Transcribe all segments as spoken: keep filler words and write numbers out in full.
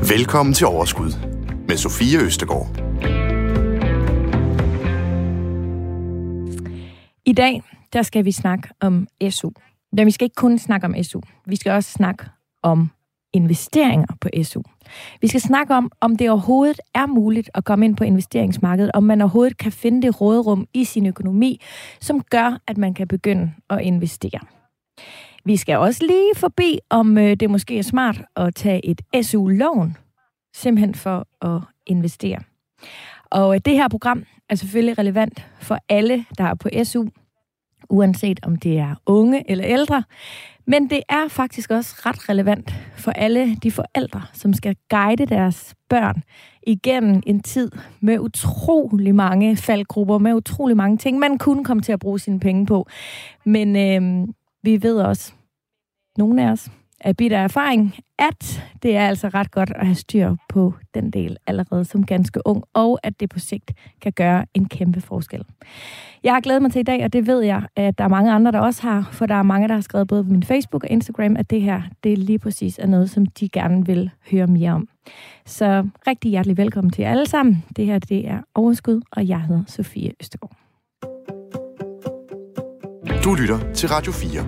Velkommen til Overskud med Sofie Østergaard. I dag, der skal vi snakke om S U. Men vi skal ikke kun snakke om S U. Vi skal også snakke om investeringer på S U. Vi skal snakke om, om det overhovedet er muligt at komme ind på investeringsmarkedet, om man overhovedet kan finde det råderum i sin økonomi, som gør, at man kan begynde at investere. Vi skal også lige forbi, om det måske er smart at tage et S U-lån, simpelthen for at investere. Og det her program er selvfølgelig relevant for alle, der er på S U, uanset om det er unge eller ældre. Men det er faktisk også ret relevant for alle de forældre, som skal guide deres børn igennem en tid med utrolig mange faldgrupper, med utrolig mange ting, man kunne komme til at bruge sine penge på. Men øh, vi ved også, nogle af os af bitter erfaring, at det er altså ret godt at have styr på den del allerede som ganske ung, og at det på sigt kan gøre en kæmpe forskel. Jeg har glædet mig til i dag, og det ved jeg, at der er mange andre, der også har, for der er mange, der har skrevet både på min Facebook og Instagram, at det her, det lige præcis er noget, som de gerne vil høre mere om. Så rigtig hjertelig velkommen til jer alle sammen. Det her, det er Overskud, og jeg hedder Sofie Østergaard. Du lytter til Radio fire.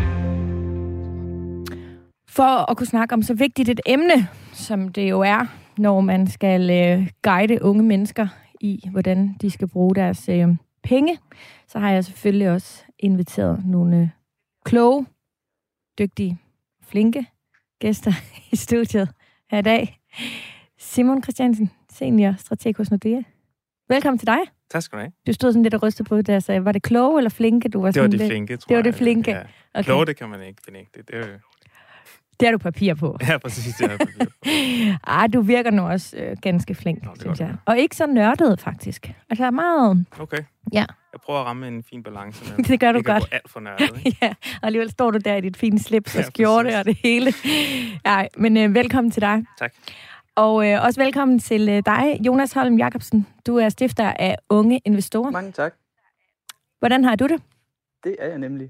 For at kunne snakke om så vigtigt et emne, som det jo er, når man skal øh, guide unge mennesker i, hvordan de skal bruge deres øh, penge, så har jeg selvfølgelig også inviteret nogle øh, kloge, dygtige, flinke gæster i studiet her i dag. Simon Christiansen, senior strateg hos Nordea. Velkommen til dig. Tak skal du have. Du stod sådan lidt og rystede på det, og sagde, var det kloge eller flinke? Du var det var sådan det flinke, lidt... tror Det var jeg. det flinke? Ja. Okay. Kloge, det kan man ikke benægte. Det er jo... Det har du papir på. Ja, præcis, det har jeg papir på. Ej, du virker nu også øh, ganske flink, Nå, synes jeg. Og ikke så nørdet, faktisk. Altså meget... Okay. Ja. Jeg prøver at ramme en fin balance. Men det gør du ikke godt. Ikke alt for nørdet, ikke? Ja, og alligevel står du der i dit fine slips og ja, skjorte og det hele. Ja, men øh, velkommen til dig. Tak. Og øh, også velkommen til øh, dig, Jonas Holm Jacobsen. Du er stifter af Unge Investorer. Mange tak. Hvordan har du det? Det er jeg nemlig.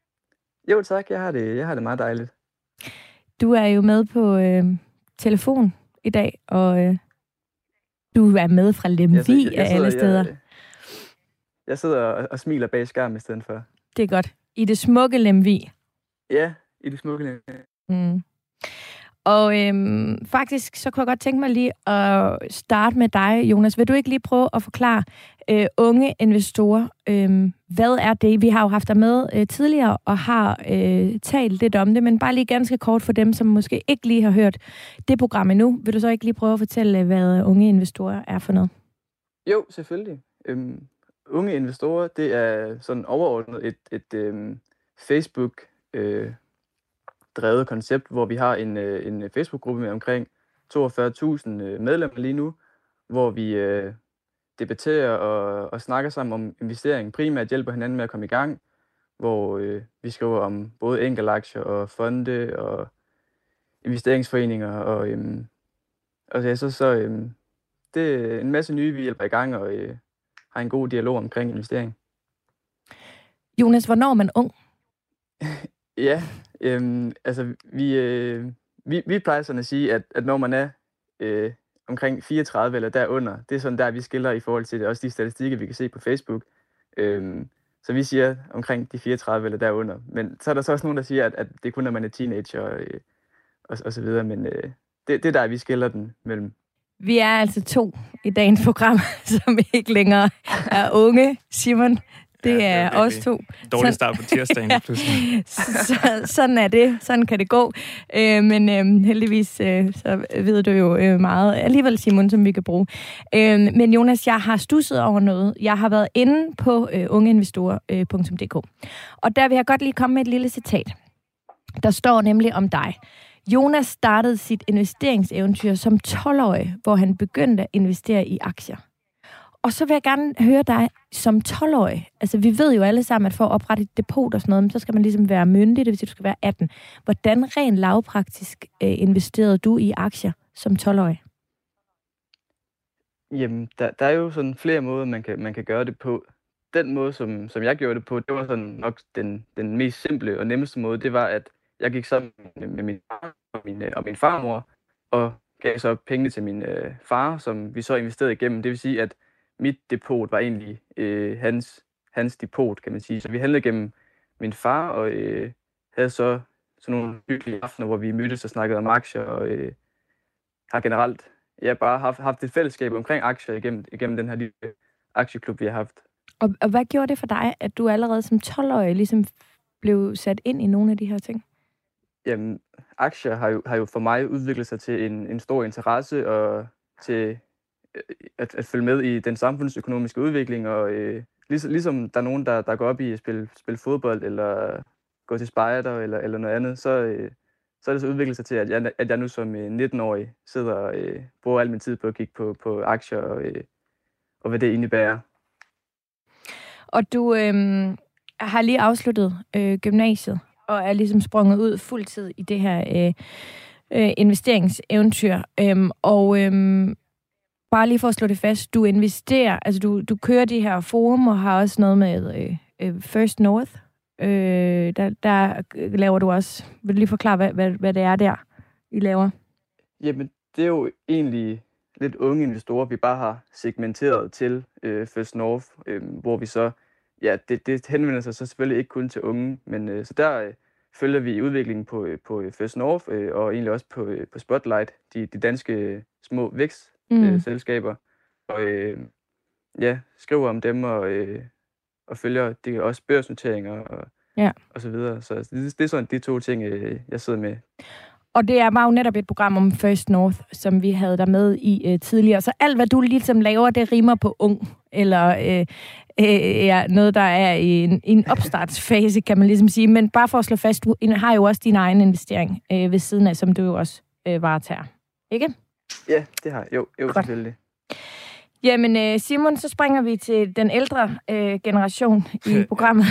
Jo tak, jeg har det, jeg har det meget dejligt. Du er jo med på øh, telefon i dag, og øh, du er med fra Lemvig af alle steder. Jeg, jeg sidder og, og smiler bag skærmen i stedet for. Det er godt. I det smukke Lemvig. Ja, i det smukke Lemvig. Mm. Og øhm, faktisk, så kunne jeg godt tænke mig lige at starte med dig, Jonas. Vil du ikke lige prøve at forklare øh, unge investorer, øh, hvad er det? Vi har jo haft dig med øh, tidligere og har øh, talt lidt om det, men bare lige ganske kort for dem, som måske ikke lige har hørt det program endnu. Vil du så ikke lige prøve at fortælle, hvad unge investorer er for noget? Jo, selvfølgelig. Øhm, unge investorer, det er sådan overordnet et, et øhm, Facebook øh, drevet koncept, hvor vi har en, en Facebook-gruppe med omkring toogfyrre tusind medlemmer lige nu, hvor vi øh, debatterer og, og snakker sammen om investering, primært hjælper hinanden med at komme i gang, hvor øh, vi skriver om både enkeltaktier og fonde og investeringsforeninger, og, øhm, og ja, så, så øhm, det er en masse nye, vi hjælper i gang og øh, har en god dialog omkring investering. Jonas, hvornår er man ung? Ja, øhm, altså vi, øh, vi, vi plejer sådan at sige, at, at når man er øh, omkring fireogtredive eller derunder, det er sådan der, vi skiller i forhold til det, også de statistikker, vi kan se på Facebook. Øhm, så vi siger omkring de fireogtredive eller derunder. Men så er der så også nogen, der siger, at, at det kun er, man er teenager og, øh, og, og så videre. Men øh, det, det er der, vi skiller den mellem. Vi er altså to i dagens program, som ikke længere er unge. Simon, det, ja, er, det er os to. Dårlig start på tirsdagen. Ja. så, sådan er det. Sådan kan det gå. Øh, men øh, heldigvis øh, så ved du jo øh, meget alligevel, Simon, som vi kan bruge. Øh, men Jonas, jeg har stusset over noget. Jeg har været inde på øh, ungeinvestorer punktum d k. Og der vil jeg godt lige komme med et lille citat. Der står nemlig om dig. Jonas startede sit investeringseventyr som tolv-årig, hvor han begyndte at investere i aktier. Og så vil jeg gerne høre dig som tolv-årig. Altså, vi ved jo alle sammen, at for at oprette et depot og sådan noget, så skal man ligesom være myndig, det vil sige, du skal være atten. Hvordan rent lavpraktisk øh, investerede du i aktier som tolv-årig? Jamen, der, der er jo sådan flere måder, man kan, man kan gøre det på. Den måde, som, som jeg gjorde det på, det var sådan nok den, den mest simple og nemmeste måde. Det var, at jeg gik sammen med min far og min, og min farmor og gav så pengene til min øh, far, som vi så investerede igennem. Det vil sige, at mit depot var egentlig øh, hans, hans depot, kan man sige. Så vi handlede gennem min far, og øh, havde så sådan nogle hyggelige aftener, hvor vi mødtes og snakkede om aktier, og øh, har generelt ja, bare haft, haft et fællesskab omkring aktier igennem, igennem den her lille aktieklub, vi har haft. Og, og hvad gjorde det for dig, at du allerede som tolv-årig ligesom blev sat ind i nogle af de her ting? Jamen, aktier har jo, har jo for mig udviklet sig til en, en stor interesse og til at, at følge med i den samfundsøkonomiske udvikling. Og øh, ligesom, ligesom der er nogen, der, der går op i at spille, spille fodbold eller gå til spejder eller, eller noget andet, så, øh, så er det så udviklet sig til, at jeg, at jeg nu som nitten-årig sidder og øh, bruger al min tid på at kigge på, på aktier og, øh, og hvad det indebærer. Og du øh, har lige afsluttet øh, gymnasiet og er ligesom sprunget ud fuldtid i det her øh, øh, investeringseventyr. Øhm, og øhm, bare lige for at slå det fast, du investerer, altså du, du kører de her forum og har også noget med øh, øh, First North. Øh, der, der laver du også, vil du lige forklare, hvad, hvad, hvad det er der, I laver? Jamen, det er jo egentlig lidt unge investorer, vi bare har segmenteret til øh, First North, øh, hvor vi så, ja, det, det henvender sig så selvfølgelig ikke kun til unge, men øh, så der øh, følger vi udviklingen på, øh, på First North, øh, og egentlig også på, øh, på Spotlight, de, de danske øh, små vækstselskaber, mm. og øh, ja, skriver om dem, og, øh, og følger det er også børsnoteringer, og, ja. og så videre. Så det, det er sådan de to ting, øh, jeg sidder med. Og det er bare jo netop et program om First North, som vi havde der med i øh, tidligere. Så alt, hvad du ligesom laver, det rimer på ung, eller øh, øh, ja, noget, der er i en, en opstartsfase, kan man ligesom sige. Men bare for at slå fast, du har jo også din egen investering øh, ved siden af, som du jo også øh, varetager. Ikke? Ja, det har jeg. Jo, jo selvfølgelig. Jamen, øh, Simon, så springer vi til den ældre øh, generation i programmet.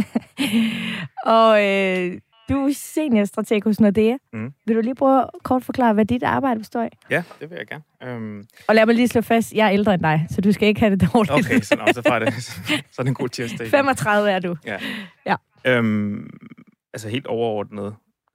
Og... Øh, Du er seniorstrateg hos Nordea. Mm. Vil du lige prøve at kort forklare, hvad dit arbejde består i? Ja, det vil jeg gerne. Um... Og lad mig lige slå fast, jeg er ældre end dig, så du skal ikke have det dårligt. Okay, så, nå, så, fra det, så er det en god tirsdag. femogtredive er du. Ja. ja. Um, altså helt overordnet,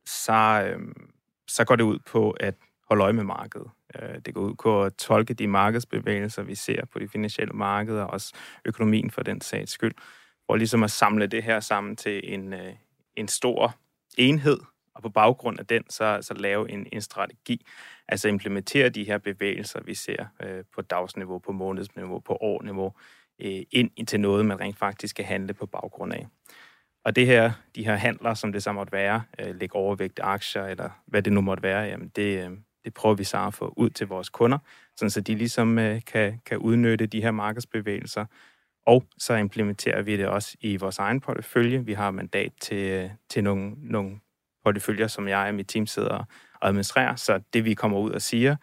så, um, så går det ud på at holde øje med markedet. Uh, det går ud på at tolke de markedsbevægelser, vi ser på de finansielle markeder, og også økonomien for den sags skyld, for ligesom at samle det her sammen til en, uh, en stor enhed, og på baggrund af den, så, så lave en, en strategi, altså implementere de her bevægelser, vi ser øh, på dagsniveau, på månedsniveau, på årniveau, øh, ind til noget, man rent faktisk skal handle på baggrund af. Og det her, de her handler, som det så måtte være, øh, lægge overvægt aktier, eller hvad det nu måtte være, jamen det, øh, det prøver vi så at få ud til vores kunder, sådan så de ligesom øh, kan, kan udnytte de her markedsbevægelser. Og så implementerer vi det også i vores egen portefølje. Vi har mandat til, til nogle, nogle porteføljer, som jeg og mit team sidder og administrerer. Så det, vi kommer ud og siger,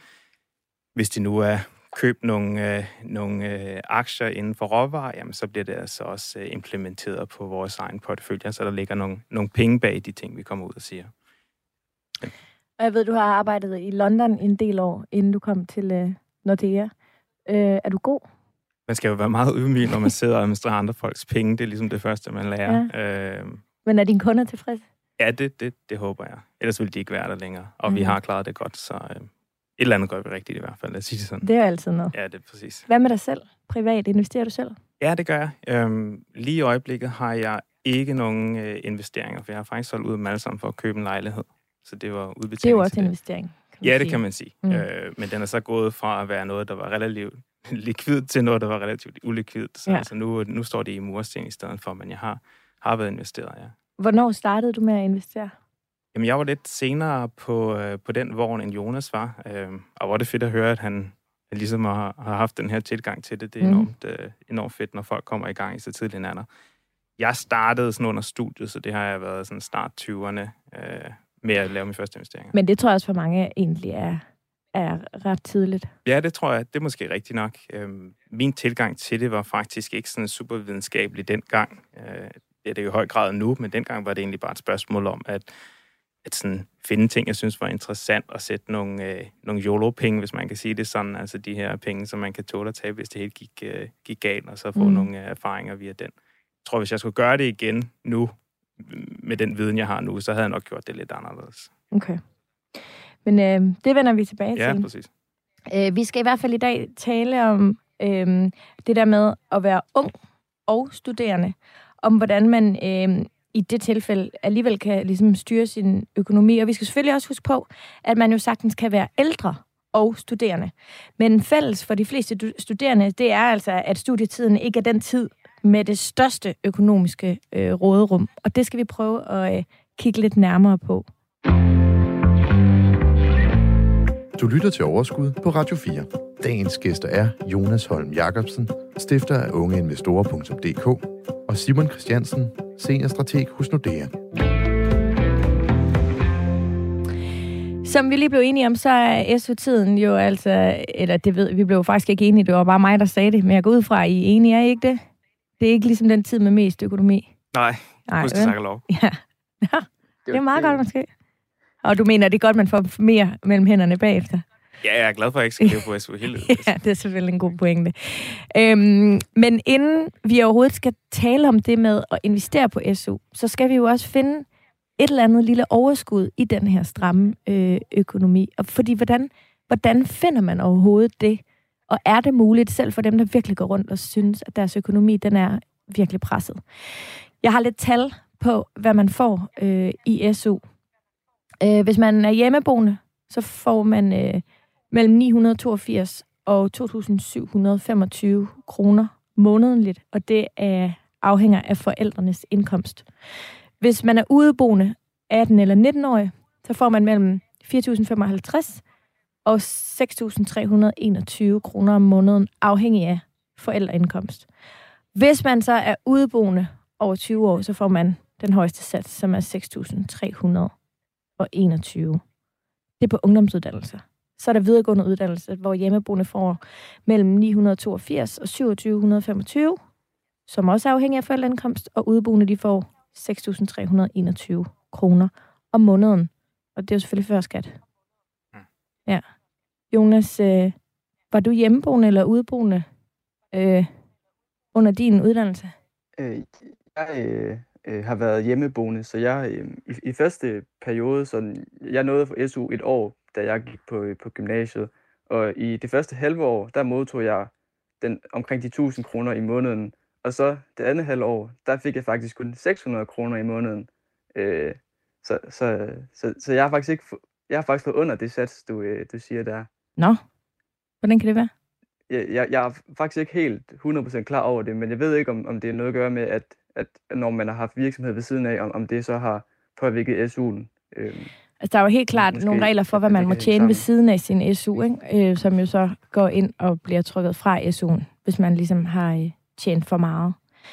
hvis det nu er køb nogle, øh, nogle øh, aktier inden for råvarer, jamen så bliver det altså også øh, implementeret på vores egen portefølje, så der ligger nogle, nogle penge bag de ting, vi kommer ud og siger. Ja. Og jeg ved, du har arbejdet i London en del år, inden du kom til øh, Nordea. Øh, er du god? Man skal jo være meget ydmyg, når man sidder og administrerer andre folks penge. Det er ligesom det første, man lærer. Ja. Øh, Men er dine kunder tilfredse? Ja, det, det, det håber jeg. Ellers vil de ikke være der længere. Og mm. vi har klaret det godt, så øh, et eller andet gør vi rigtigt i hvert fald. Lad os sige det sådan. Det er jo altid noget. Ja, det er præcis. Hvad med dig selv? Privat? Investerer du selv? Ja, det gør jeg. Øhm, lige i øjeblikket har jeg ikke nogen øh, investeringer, for jeg har faktisk solgt ud af dem alle sammen for at købe en lejlighed. Så det var udbetaling. Det er jo også en investering. Ja, det kan man sige. Mm. Øh, men den er så gået fra at være noget, der var relativt likvidt, til noget, der var relativt ulikvidt. Så ja. altså nu, nu står det i mursten i stedet for, men jeg har, har været investeret, ja. Hvornår startede du med at investere? Jamen, jeg var lidt senere på, øh, på den vogn, end Jonas var. Øh, og var det fedt at høre, at han ligesom har, har haft den her tilgang til det. Det er mm. enormt, øh, enormt fedt, når folk kommer i gang i så tidlig en alder. Jeg startede sådan under studiet, så det har jeg været sådan start tyverne øh, med at lave mine første investeringer. Men det tror jeg også for mange egentlig er, er ret tidligt. Ja, det tror jeg. Det er måske rigtigt nok. Øhm, min tilgang til det var faktisk ikke sådan super videnskabelig dengang. Øh, det er det jo i høj grad nu, men dengang var det egentlig bare et spørgsmål om at, at sådan finde ting, jeg synes var interessant, og sætte nogle, øh, nogle YOLO-penge, hvis man kan sige det sådan. Altså de her penge, som man kan tåle at tage, hvis det helt gik, øh, gik galt, og så få mm. nogle øh, erfaringer via den. Jeg tror, hvis jeg skulle gøre det igen nu, med den viden, jeg har nu, så havde jeg nok gjort det lidt anderledes. Okay. Men øh, det vender vi tilbage Ja, til. præcis. Øh, vi skal i hvert fald i dag tale om øh, det der med at være ung og studerende. Om hvordan man øh, i det tilfælde alligevel kan ligesom styre sin økonomi. Og vi skal selvfølgelig også huske på, at man jo sagtens kan være ældre og studerende. Men fælles for de fleste studerende, det er altså, at studietiden ikke er den tid med det største økonomiske øh, råderum. Og det skal vi prøve at øh, kigge lidt nærmere på. Du lytter til Overskud på Radio fire. Dagens gæster er Jonas Holm Jacobsen, stifter af ungeinvestorer punktum d k, og Simon Christiansen, seniorstrateg hos Nordea. Som vi lige blev enige om, så er S U-tiden jo altså, eller det ved vi blev faktisk ikke enige, det var bare mig, der sagde det, men jeg går ud fra, at I er enige, er I ikke det? Det er ikke ligesom den tid med mest økonomi. Nej, Nej, husk at snakke lov. Ja. Ja, det er meget godt måske. Og du mener, det er godt, man får mere mellem hænderne bagefter? Ja, jeg er glad for, at jeg ikke skal leve på S U hele livet. Ja, det er selvfølgelig en god pointe. Øhm, men inden vi overhovedet skal tale om det med at investere på S U, så skal vi jo også finde et eller andet lille overskud i den her stramme øh, økonomi. Og fordi, hvordan, hvordan finder man overhovedet det? Og er det muligt selv for dem, der virkelig går rundt og synes, at deres økonomi, den er virkelig presset? Jeg har lidt tal på, hvad man får øh, i S U. Øh, hvis man er hjemmeboende, så får man øh, mellem ni hundrede og toogfirs og to tusind syv hundrede og femogtyve kroner månedligt, og det er, afhænger af forældrenes indkomst. Hvis man er udeboende, atten eller nitten-årig, så får man mellem fire tusind femoghalvtreds og seks tusind tre hundrede og enogtyve kroner om måneden, afhængig af forældreindkomst. Hvis man så er udeboende over tyve år, så får man den højeste sats, som er seks tusind tre hundrede og enogtyve. Det er på ungdomsuddannelser. Så er der videregående uddannelse, hvor hjemmeboende får mellem ni hundrede og toogfirs og syv tusind syv hundrede og femogtyve, som også er afhængig af forældreindkomst, og udeboende de får seks tusind tre hundrede og enogtyve kroner om måneden. Og det er jo selvfølgelig før skat. Ja. Jonas, øh, var du hjemmeboende eller udeboende øh, under din uddannelse? Øh, jeg øh, øh, har været hjemmeboende, så jeg øh, i, i første periode, så jeg nåede for S U et år, da jeg gik på, på gymnasiet. Og i det første halve år, der modtog jeg den, omkring de tusind kroner i måneden. Og så det andet halve år, der fik jeg faktisk kun seks hundrede kroner i måneden. Øh, så, så, så, så jeg har faktisk ikke jeg har faktisk fået under det sats, du, du siger der. Nå, hvordan kan det være? Jeg, jeg, jeg er faktisk ikke helt hundrede procent klar over det, men jeg ved ikke, om, om det er noget at gøre med, at, at når man har haft virksomhed ved siden af, om, om det så har påvirket S U'en. Øh, altså, der er jo helt klart måske nogle regler for, hvad man må tjene ved siden af sin S U, ikke? Øh, som jo så går ind og bliver trykket fra S U'en, hvis man ligesom har øh, tjent for meget.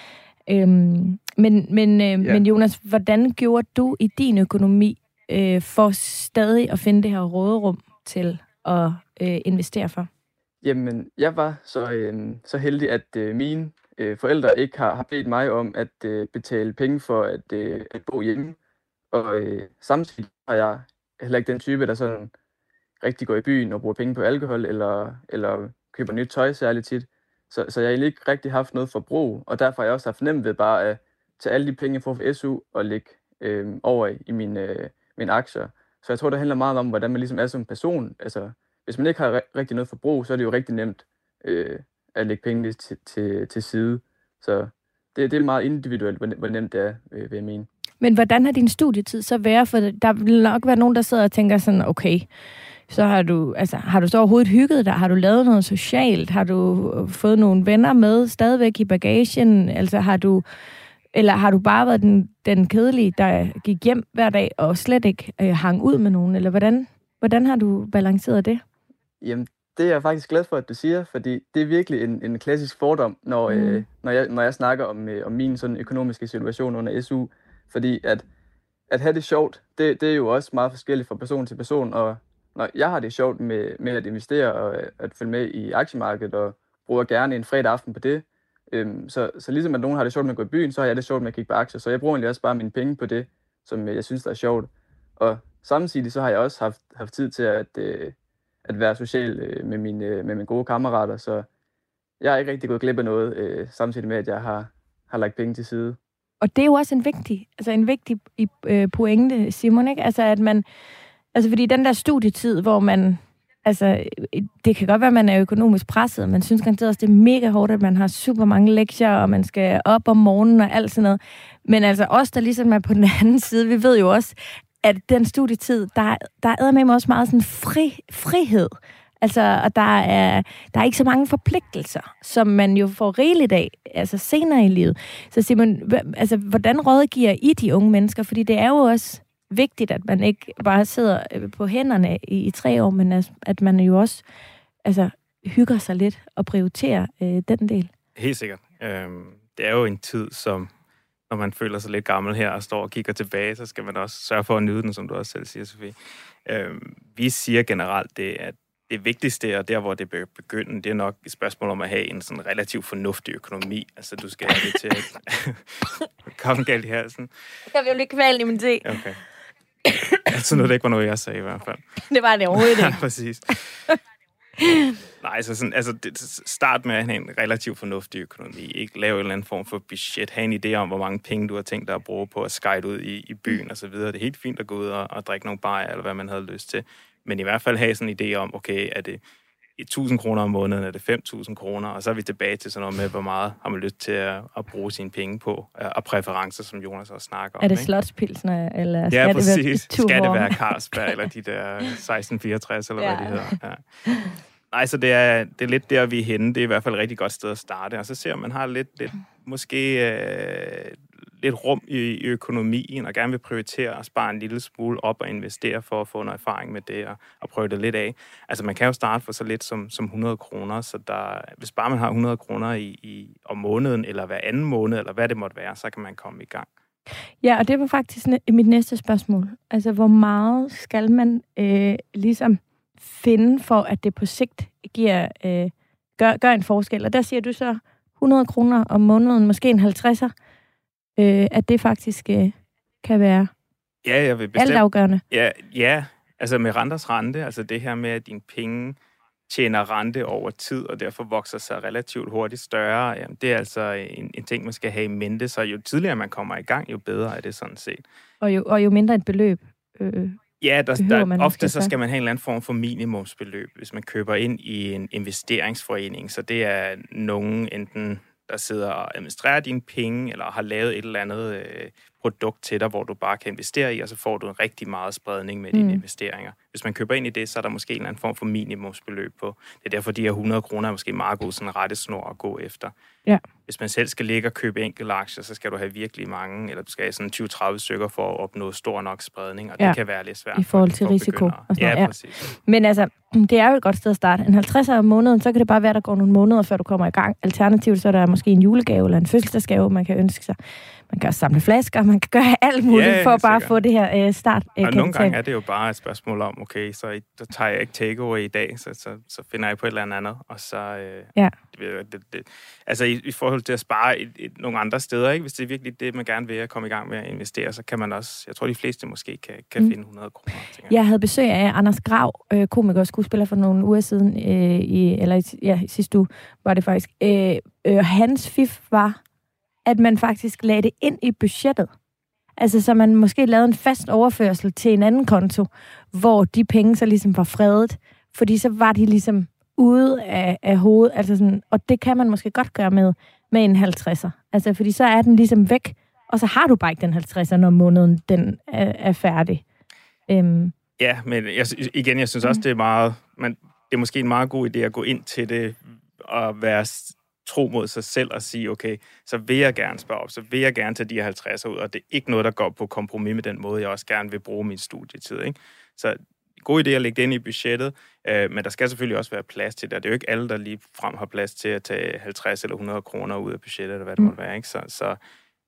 Øhm, men, men, øh, ja. men Jonas, hvordan gjorde du i din økonomi øh, for stadig at finde det her råderum til at øh, investere for? Jamen, jeg var så, øh, så heldig, at øh, mine øh, forældre ikke har, har bedt mig om at øh, betale penge for at, øh, at bo hjemme. Og øh, samtidig har jeg heller ikke den type, der sådan rigtig går i byen og bruger penge på alkohol, eller, eller køber nyt tøj særligt tit. Så, så jeg har egentlig ikke rigtig haft noget forbrug, og derfor har jeg også haft nemt ved bare at tage alle de penge, jeg får fra S U, og lægge øh, over i mine, øh, mine aktier. Så jeg tror, det handler meget om, hvordan man ligesom er som person. Altså, hvis man ikke har re- rigtig noget forbrug, så er det jo rigtig nemt øh, at lægge pengene til, til, til side. Så det, det er meget individuelt, hvor, hvor nemt det er, øh, vil jeg mene. Men hvordan har din studietid så været? For der vil nok være nogen, der sidder og tænker sådan, okay, så har du, altså, har du så overhovedet hygget dig? Har du lavet noget socialt? Har du fået nogle venner med stadigvæk i bagagen? Altså har du, eller har du bare været den, den kedelige, der gik hjem hver dag og slet ikke øh, hang ud med nogen? Eller hvordan, hvordan har du balanceret det? Jamen, det er jeg faktisk glad for, at du siger, fordi det er virkelig en, en klassisk fordom, når, mm. øh, når, jeg, når jeg snakker om, øh, om min sådan økonomiske situation under S U. Fordi at, at have det sjovt, det, det er jo også meget forskelligt fra person til person, og når jeg har det sjovt med, med at investere og at følge med i aktiemarkedet, og bruger gerne en fredag aften på det, øhm, så, så ligesom at nogen har det sjovt med at gå i byen, så har jeg det sjovt med at kigge på aktier, så jeg bruger egentlig også bare mine penge på det, som jeg synes der er sjovt. Og samtidig så har jeg også haft, haft tid til at, øh, at være social øh, med, mine, med mine gode kammerater, så jeg har ikke rigtig gået glip af noget, øh, samtidig med at jeg har, har lagt penge til side. Og det er jo også en vigtig, altså en vigtig øh, pointe, Simon, ikke? Altså at man Altså, fordi den der studietid, hvor man... Altså, det kan godt være, at man er økonomisk presset, og man synes garanteret også, det er mega hårdt, at man har super mange lektier, og man skal op om morgenen og alt sådan noget. Men altså, os, der ligesom er på den anden side, vi ved jo også, at den studietid, der, der er med mig også meget sådan fri, frihed. Altså, og der er, der er ikke så mange forpligtelser, som man jo får rigeligt af, altså senere i livet. Så Simon, altså, hvordan rådgiver I de unge mennesker? Fordi det er jo også vigtigt, at man ikke bare sidder på hænderne i, i tre år, men at, at man jo også altså, hygger sig lidt og prioriterer øh, den del. Helt sikkert. Øhm, det er jo en tid, som når man føler sig lidt gammel her og står og kigger tilbage, så skal man også sørge for at nyde den, som du også selv siger, Sofie. Øhm, vi siger generelt det, at det vigtigste, og der, hvor det bør begynde, det er nok et spørgsmål om at have en sådan relativt fornuftig økonomi. Altså, du skal have det til at komme galt i halsen. Jeg vil jo lidt kvalt i min te. Okay. Altså, noget det ikke var noget, jeg sagde i hvert fald. Det var det overhovedet ikke. Ja, præcis. Nej, så sådan, altså, det, start med at have en relativt fornuftig økonomi. Ikke lave en eller anden form for budget. Ha' en idé om, hvor mange penge du har tænkt dig at bruge på at skide ud i, i byen og så videre. Det er helt fint at gå ud og, og drikke nogle bajer, eller hvad man havde lyst til. Men i hvert fald have sådan en idé om, okay, er det tusind kroner om måneden, er det fem tusind kroner, og så er vi tilbage til sådan noget med, hvor meget har man lyst til at, at bruge sine penge på, og præferencer, som Jonas også snakker om. Er det slotspilsner, eller skal ja, det præcis. være Skal det være Carlsberg, eller de der seksten fireogtres, eller ja. Hvad de hedder. Ja. Nej, så det er, det er lidt der, vi er henne. Det er i hvert fald et rigtig godt sted at starte. Og så ser man har lidt, lidt måske øh, lidt rum i, i økonomien, og gerne vil prioritere at spare en lille smule op og investere for at få noget erfaring med det, og, og prøve det lidt af. Altså, man kan jo starte for så lidt som, som hundrede kroner, så der, hvis bare man har hundrede kroner i, i, om måneden, eller hver anden måned, eller hvad det måtte være, så kan man komme i gang. Ja, og det var faktisk mit næste spørgsmål. Altså, hvor meget skal man øh, ligesom finde for, at det på sigt giver, øh, gør, gør en forskel? Og der siger du så hundrede kroner om måneden, måske en halvtredser, øh, at det faktisk øh, kan være ja, jeg vil bestemt, altafgørende. Ja, ja, altså med renters rente, altså det her med, at dine penge tjener rente over tid, og derfor vokser sig relativt hurtigt større, jamen, det er altså en, en ting, man skal have i mente. Så jo tidligere man kommer i gang, jo bedre er det sådan set. Og jo, og jo mindre et beløb øh, Ja, der, der, ofte så skal man have en eller anden form for minimumsbeløb, hvis man køber ind i en investeringsforening. Så det er nogen enten, der sidder og administrerer dine penge, eller har lavet et eller andet øh, produkt til dig, hvor du bare kan investere i, og så får du en rigtig meget spredning med dine mm. investeringer. Hvis man køber ind i det, så er der måske en eller anden form for minimumsbeløb på. Det er derfor, de her hundrede kroner er måske meget god sådan en rettesnor at gå efter. Ja. Hvis man selv skal ligge og købe enkelte aktier, så skal du have virkelig mange, eller du skal have sådan tyve til tredive stykker for at opnå stor nok spredning, og ja. Det kan være lidt svært. I forhold til risiko. Og ja, ja, præcis. Men altså, det er jo et godt sted at starte. En halvtredser om måneden, så kan det bare være, der går nogle måneder, før du kommer i gang. Alternativt, så er der måske en julegave eller en fødselsdagsgave, man kan ønske sig. Man kan også samle flasker, man kan gøre alt muligt ja, for bare at få det her øh, start. Øh, og nogle gange er det jo bare et spørgsmål om, okay, så der tager jeg ikke takeaway i dag, så, så, så finder jeg på et eller andet, og så... Øh, ja. det, det, det, altså i, i forhold til at spare et, et, nogle andre steder, ikke? Hvis det er virkelig det, man gerne vil at komme i gang med at investere, så kan man også... Jeg tror, de fleste måske kan, kan mm. finde hundrede kroner. Jeg. jeg havde besøg af Anders Grav, øh, komiker og skuespiller for nogle uger siden, øh, i, eller i, ja, i sidste uge var det faktisk. Øh, øh, hans fif var... at man faktisk lagde det ind i budgettet. Altså, så man måske lavede en fast overførsel til en anden konto, hvor de penge så ligesom var fredet, fordi så var de ligesom ude af, af hovedet, altså sådan, og det kan man måske godt gøre med, med en halvtredser. Altså, fordi så er den ligesom væk, og så har du bare ikke den halvtredser, når måneden den er, er færdig. Um. Ja, men jeg, igen, jeg synes også, det er meget, man, det er måske en meget god idé at gå ind til det, og være tro mod sig selv og sige, okay, så vil jeg gerne spare op, så vil jeg gerne tage de her halvtredser ud, og det er ikke noget, der går på kompromis med den måde, jeg også gerne vil bruge min studietid, ikke? Så god idé at lægge det ind i budgettet, øh, men der skal selvfølgelig også være plads til det, det er jo ikke alle, der lige frem har plads til at tage halvtreds eller hundrede kroner ud af budgettet, eller hvad det måtte være, ikke? Så, så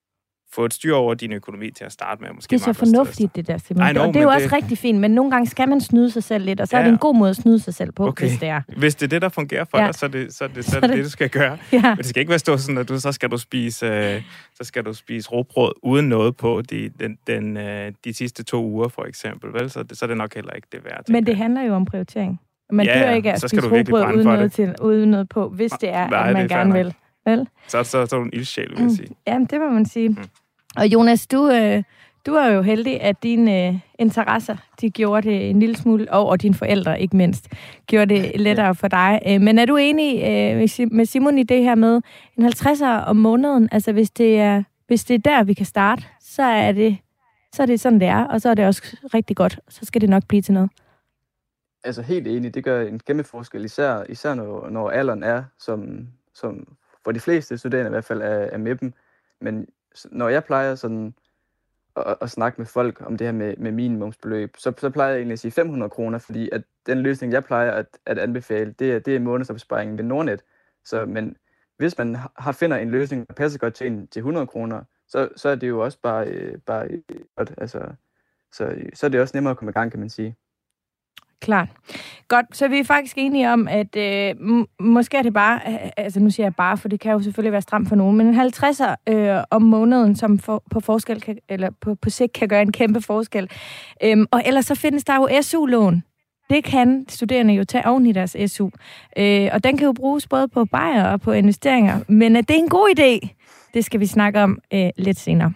få et styr over din økonomi til at starte med. Måske det er så fornuftigt, det der, Simon. Know, og det er jo også det... rigtig fint, men nogle gange skal man snyde sig selv lidt, og så ja. Er det en god måde at snyde sig selv på, okay. hvis det er. Hvis det er det, der fungerer for ja. Dig, så er det så er det, så er det, det, du skal gøre. Ja. Men det skal ikke være stå sådan, at du, så skal du spise, øh, så skal du spise råbrød uden noget på de, den, den, øh, de sidste to uger, for eksempel. Vel? Så, det, så er det nok heller ikke det værd. Men det handler jo om prioritering. Man ja, dør ikke at spise råbrød uden noget, til, uden noget på, hvis det er, Nej, at man gerne vil. Vel? Så, så, så er du en ildsjæl, vil jeg sige. Ja, det må man sige. Mm. Og Jonas, du, øh, Du er jo heldig, at dine øh, interesser, de gjorde det en lille smule, og, og dine forældre ikke mindst, gjorde det lettere for dig. Øh, men er du enig øh, med Simon i det her med en halvtredser om måneden? Altså hvis det er, hvis det er der, vi kan starte, så er det, så er det sådan, det er, og så er det også rigtig godt. Så skal det nok blive til noget. Altså helt enig, det gør en kæmpe forskel, især, især når, når alderen er, som, som for de fleste studerende i hvert fald er, er med dem. Men når jeg plejer sådan at, at snakke med folk om det her med, med minimumsbeløb, så, så plejer jeg egentlig at sige fem hundrede kroner, fordi at den løsning, jeg plejer at, at anbefale, det er, det er månedsopsparingen ved Nordnet. Så, men hvis man har, finder en løsning, der passer godt til, en, til hundrede kroner, så, så er det jo også bare, øh, bare godt. Altså, så, så er det også nemmere at komme i gang, kan man sige. Klart. Godt, så vi er faktisk enige om, at øh, m- måske er det bare, altså nu siger jeg bare, for det kan jo selvfølgelig være stramt for nogen, men en halvtredser øh, om måneden, som for, på forskel kan, eller på, på sigt kan gøre en kæmpe forskel. Øhm, og ellers så findes der jo S U-lån. Det kan studerende jo tage oven i deres S U. Øh, og den kan jo bruges både på bajer og på investeringer. Men øh, det er en god idé. Det skal vi snakke om øh, lidt senere.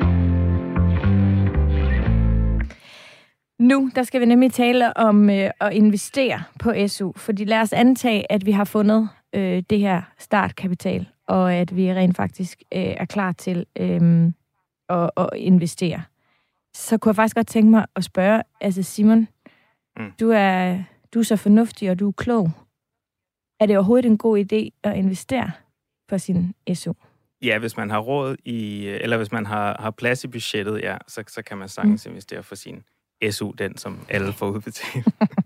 Nu, der skal vi nemlig tale om øh, at investere på S U, fordi lad os antage, at vi har fundet øh, det her startkapital, og at vi rent faktisk øh, er klar til øh, at, at investere. Så kunne jeg faktisk godt tænke mig at spørge, altså Simon, mm. du, er, du er så fornuftig, og du er klog. Er det overhovedet en god idé at investere på sin S U? Ja, hvis man har råd i, eller hvis man har, har plads i budgettet, ja, så, så kan man sagtens mm. investere for sin S U, den som alle får udbetalt.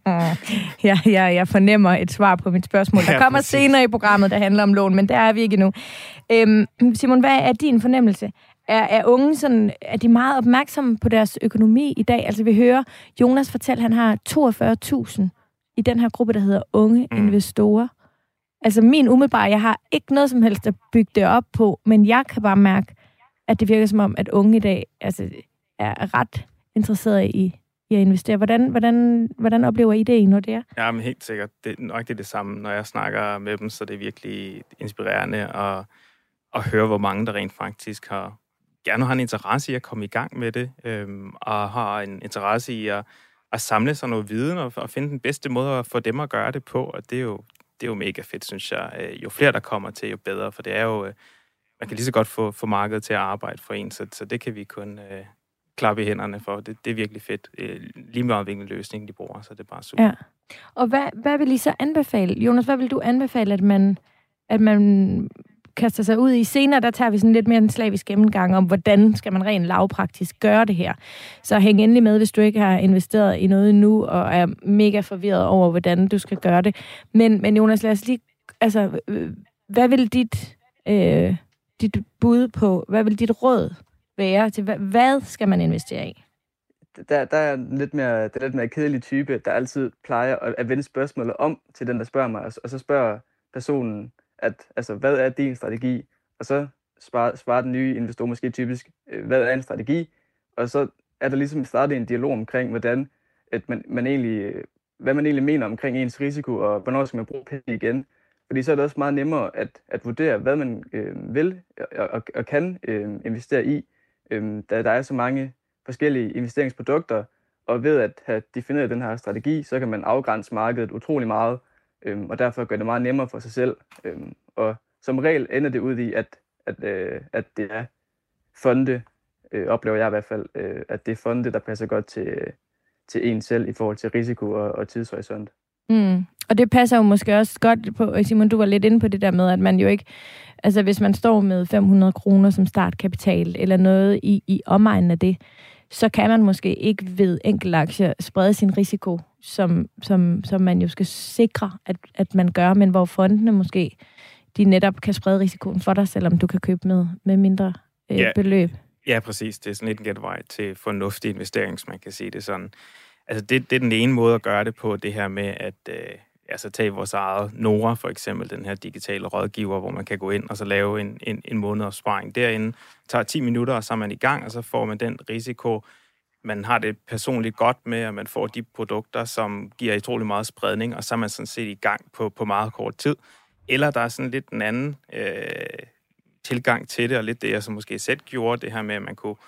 ja, ja, jeg fornemmer et svar på mit spørgsmål. Der ja, kommer præcis. senere i programmet, der handler om lån, men der er vi ikke endnu. Øhm, Simon, hvad er din fornemmelse? Er, er unge sådan, er de meget opmærksomme på deres økonomi i dag? Altså vi hører Jonas fortælle, at han har toogfyrre tusind i den her gruppe, der hedder unge mm. investorer. Altså min umiddelbare, jeg har ikke noget som helst at bygge det op på, men jeg kan bare mærke, at det virker som om, at unge i dag altså, er ret interesserede i at investere. Hvordan, hvordan, hvordan oplever I det, når det er? Ja, men helt sikkert. Det er nok det, det samme, når jeg snakker med dem, så det er virkelig inspirerende at, at høre, hvor mange der rent faktisk har gerne har en interesse i at komme i gang med det, øhm, og har en interesse i at, at samle sig noget viden og, og finde den bedste måde for dem at gøre det på, og det er jo, det er jo mega fedt, synes jeg. Jo flere der kommer til, jo bedre, for det er jo, man kan lige så godt få, få markedet til at arbejde for en, så, så det kan vi kun øh, klappe i hænderne for. Det, det er virkelig fedt. Lige meget hvilken løsning de bruger, så det er bare super. Ja. Og hvad, hvad vil I så anbefale? Jonas, hvad vil du anbefale, at man, at man kaster sig ud i? Senere, der tager vi sådan lidt mere en slavisk gennemgang om, hvordan skal man rent lavpraktisk gøre det her. Så hæng endelig med, hvis du ikke har investeret i noget endnu, og er mega forvirret over, hvordan du skal gøre det. Men, men Jonas, lad os lige, altså, hvad vil dit, øh, dit bud på, hvad vil dit råd være til, hvad, hvad skal man investere i? Der, der er lidt mere, det er lidt mere kedelig type, der altid plejer at, at vende spørgsmålet om til den, der spørger mig, og, og så spørger personen, at, altså, hvad er din strategi? Og så svarer, svarer den nye investor måske typisk, hvad er en strategi? Og så er der ligesom startet en dialog omkring, hvordan at man, man egentlig, hvad man egentlig mener omkring ens risiko, og hvornår skal man bruge penge igen. Fordi så er det også meget nemmere at, at vurdere, hvad man øh, vil og, og, og kan øh, investere i. Øh, da der er så mange forskellige investeringsprodukter, og ved at have defineret den her strategi, så kan man afgrænse markedet utrolig meget, øhm, og derfor gør det meget nemmere for sig selv. Øhm, og som regel ender det ud i, at, at, øh, at det er fonde, øh, oplever jeg i hvert fald, øh, at det er fonde, der passer godt til, til en selv i forhold til risiko og, og tidshorisont. Mm. Og det passer jo måske også godt på, Simon, du var lidt inde på det der med, at man jo ikke, altså hvis man står med fem hundrede kroner som startkapital, eller noget i, i omegnen af det, så kan man måske ikke ved enkelte aktier sprede sin risiko, som, som, som man jo skal sikre, at, at man gør, men hvor fondene måske, de netop kan sprede risikoen for dig, selvom du kan købe med, med mindre øh, ja. beløb. Ja, præcis. Det er sådan lidt en getvej til fornuftig investering, som man kan sige det sådan. Altså det, det er den ene måde at gøre det på, det her med at øh, altså tage vores eget Nora, for eksempel, den her digitale rådgiver, hvor man kan gå ind og så lave en, en, en månedsopsparing derinde. Det tager ti minutter, og så er man i gang, og så får man den risiko, man har det personligt godt med, og man får de produkter, som giver utrolig meget spredning, og så er man sådan set i gang på, på meget kort tid. Eller der er sådan lidt en anden øh, tilgang til det, og lidt det, jeg så måske selv gjorde, det her med, at man kunne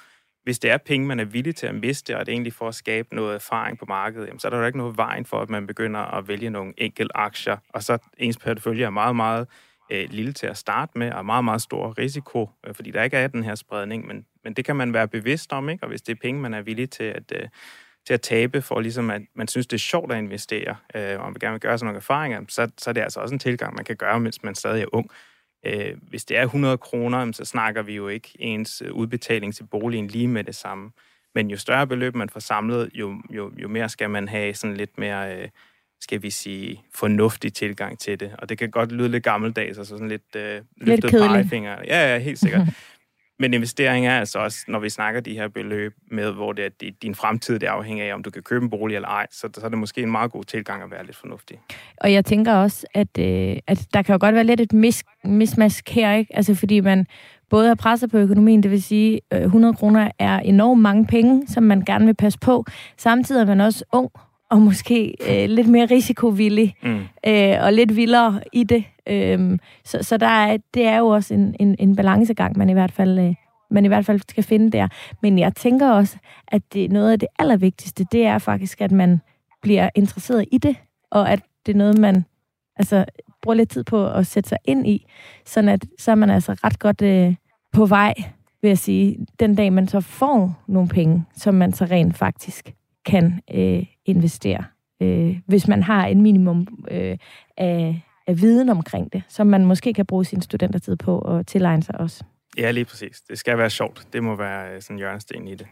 hvis det er penge, man er villig til at miste, og det er egentlig for at skabe noget erfaring på markedet, jamen, så er der jo ikke noget vejen for, at man begynder at vælge nogle enkelte aktier, og så ens portefølje er meget, meget øh, lille til at starte med, og meget, meget stor risiko, øh, fordi der ikke er den her spredning, men, men det kan man være bevidst om, ikke? Og hvis det er penge, man er villig til at, øh, til at tabe, for ligesom at man synes, det er sjovt at investere, øh, og man vil gerne vil gøre sådan nogle erfaringer, så, så er det altså også en tilgang, man kan gøre, mens man stadig er ung. Øh, hvis det er hundrede kroner, så snakker vi jo ikke ens udbetaling til boligen lige med det samme. Men jo større beløb man får samlet, jo, jo, jo mere skal man have sådan lidt mere, øh, skal vi sige, fornuftig tilgang til det. Og det kan godt lyde lidt gammeldags, altså sådan lidt øh, løftet pegefinger. Ja, ja, helt sikkert. Men investering er altså også, når vi snakker de her beløb med, hvor det er det, din fremtid, det afhænger af, om du kan købe en bolig eller ej, så, så er det måske en meget god tilgang at være lidt fornuftig. Og jeg tænker også, at, øh, at der kan jo godt være lidt et mis- mismask her, ikke? Altså fordi man både har presset på økonomien, det vil sige, øh, hundrede kroner er enormt mange penge, som man gerne vil passe på. Samtidig er man også ung, og måske øh, lidt mere risikovillig, mm. øh, og lidt vildere i det. Øhm, så så der er, det er jo også en, en, en balancegang, man i hvert fald øh, man i hvert fald skal finde der. Men jeg tænker også, at det, noget af det allervigtigste, det er faktisk, at man bliver interesseret i det, og at det er noget, man altså, bruger lidt tid på at sætte sig ind i, sådan at så er man altså ret godt øh, på vej, vil jeg sige, den dag man så får nogle penge, som man så rent faktisk kan øh, investere. Øh, hvis man har en minimum øh, af, af viden omkring det, som man måske kan bruge sin studentertid på og tilegne sig også. Ja, lige præcis. Det skal være sjovt. Det må være sådan en hjørnesten i det.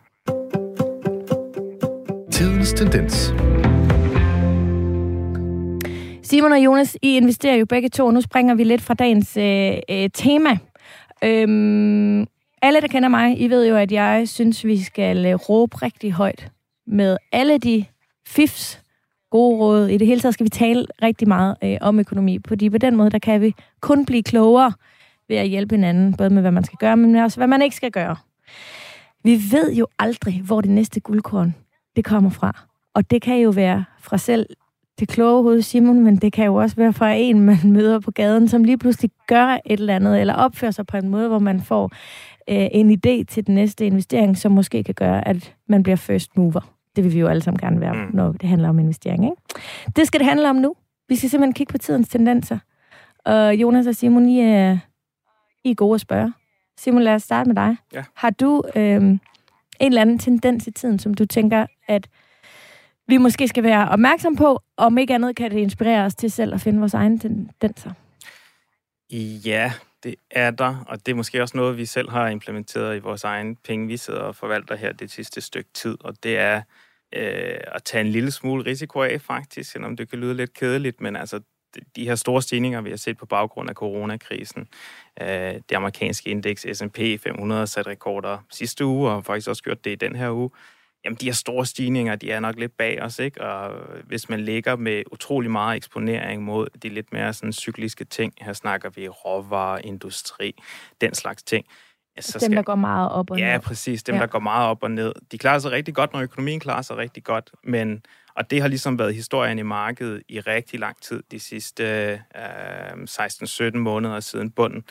Tidens tendens. Simon og Jonas, I investerer jo begge to, og nu springer vi lidt fra dagens øh, øh, tema. Øhm, alle, der kender mig, I ved jo, at jeg synes, vi skal øh, råbe rigtig højt med alle de fifs, gode råd. I det hele taget skal vi tale rigtig meget øh, om økonomi, fordi på den måde, der kan vi kun blive klogere ved at hjælpe hinanden, både med, hvad man skal gøre, men også, hvad man ikke skal gøre. Vi ved jo aldrig, hvor det næste guldkorn, det kommer fra. Og det kan jo være fra selv det kloge hoved Simon, men det kan jo også være fra en, man møder på gaden, som lige pludselig gør et eller andet, eller opfører sig på en måde, hvor man får øh, en idé til den næste investering, som måske kan gøre, at man bliver first mover. Det vil vi jo alle sammen gerne være, når det handler om investering, ikke? Det skal det handle om nu. Vi skal simpelthen kigge på tidens tendenser. Og Jonas og Simon, I er, I er gode at spørge. Simon, lad os starte med dig. Ja. Har du øh, en eller anden tendens i tiden, som du tænker, at vi måske skal være opmærksom på, om ikke andet kan det inspirere os til selv at finde vores egne tendenser? Ja, det er der, og det er måske også noget, vi selv har implementeret i vores egen penge, vi sidder og forvalter her det sidste stykke tid, og det er øh, at tage en lille smule risiko af, faktisk, selvom det kan lyde lidt kedeligt, men altså de her store stigninger, vi har set på baggrund af coronakrisen, øh, det amerikanske indeks S and P fem hundrede satte rekorder sidste uge, og har faktisk også gjort det i den her uge. Jamen, de her store stigninger, de er nok lidt bag os, ikke? Og hvis man ligger med utrolig meget eksponering mod de lidt mere sådan cykliske ting, her snakker vi råvarer, industri, den slags ting. Ja, så dem, skal... der går meget op og ned. Ja, præcis. Dem, ja. der går meget op og ned. De klarer sig rigtig godt, når økonomien klarer sig rigtig godt, men og det har ligesom været historien i markedet i rigtig lang tid, de sidste øh, seksten sytten måneder siden bunden.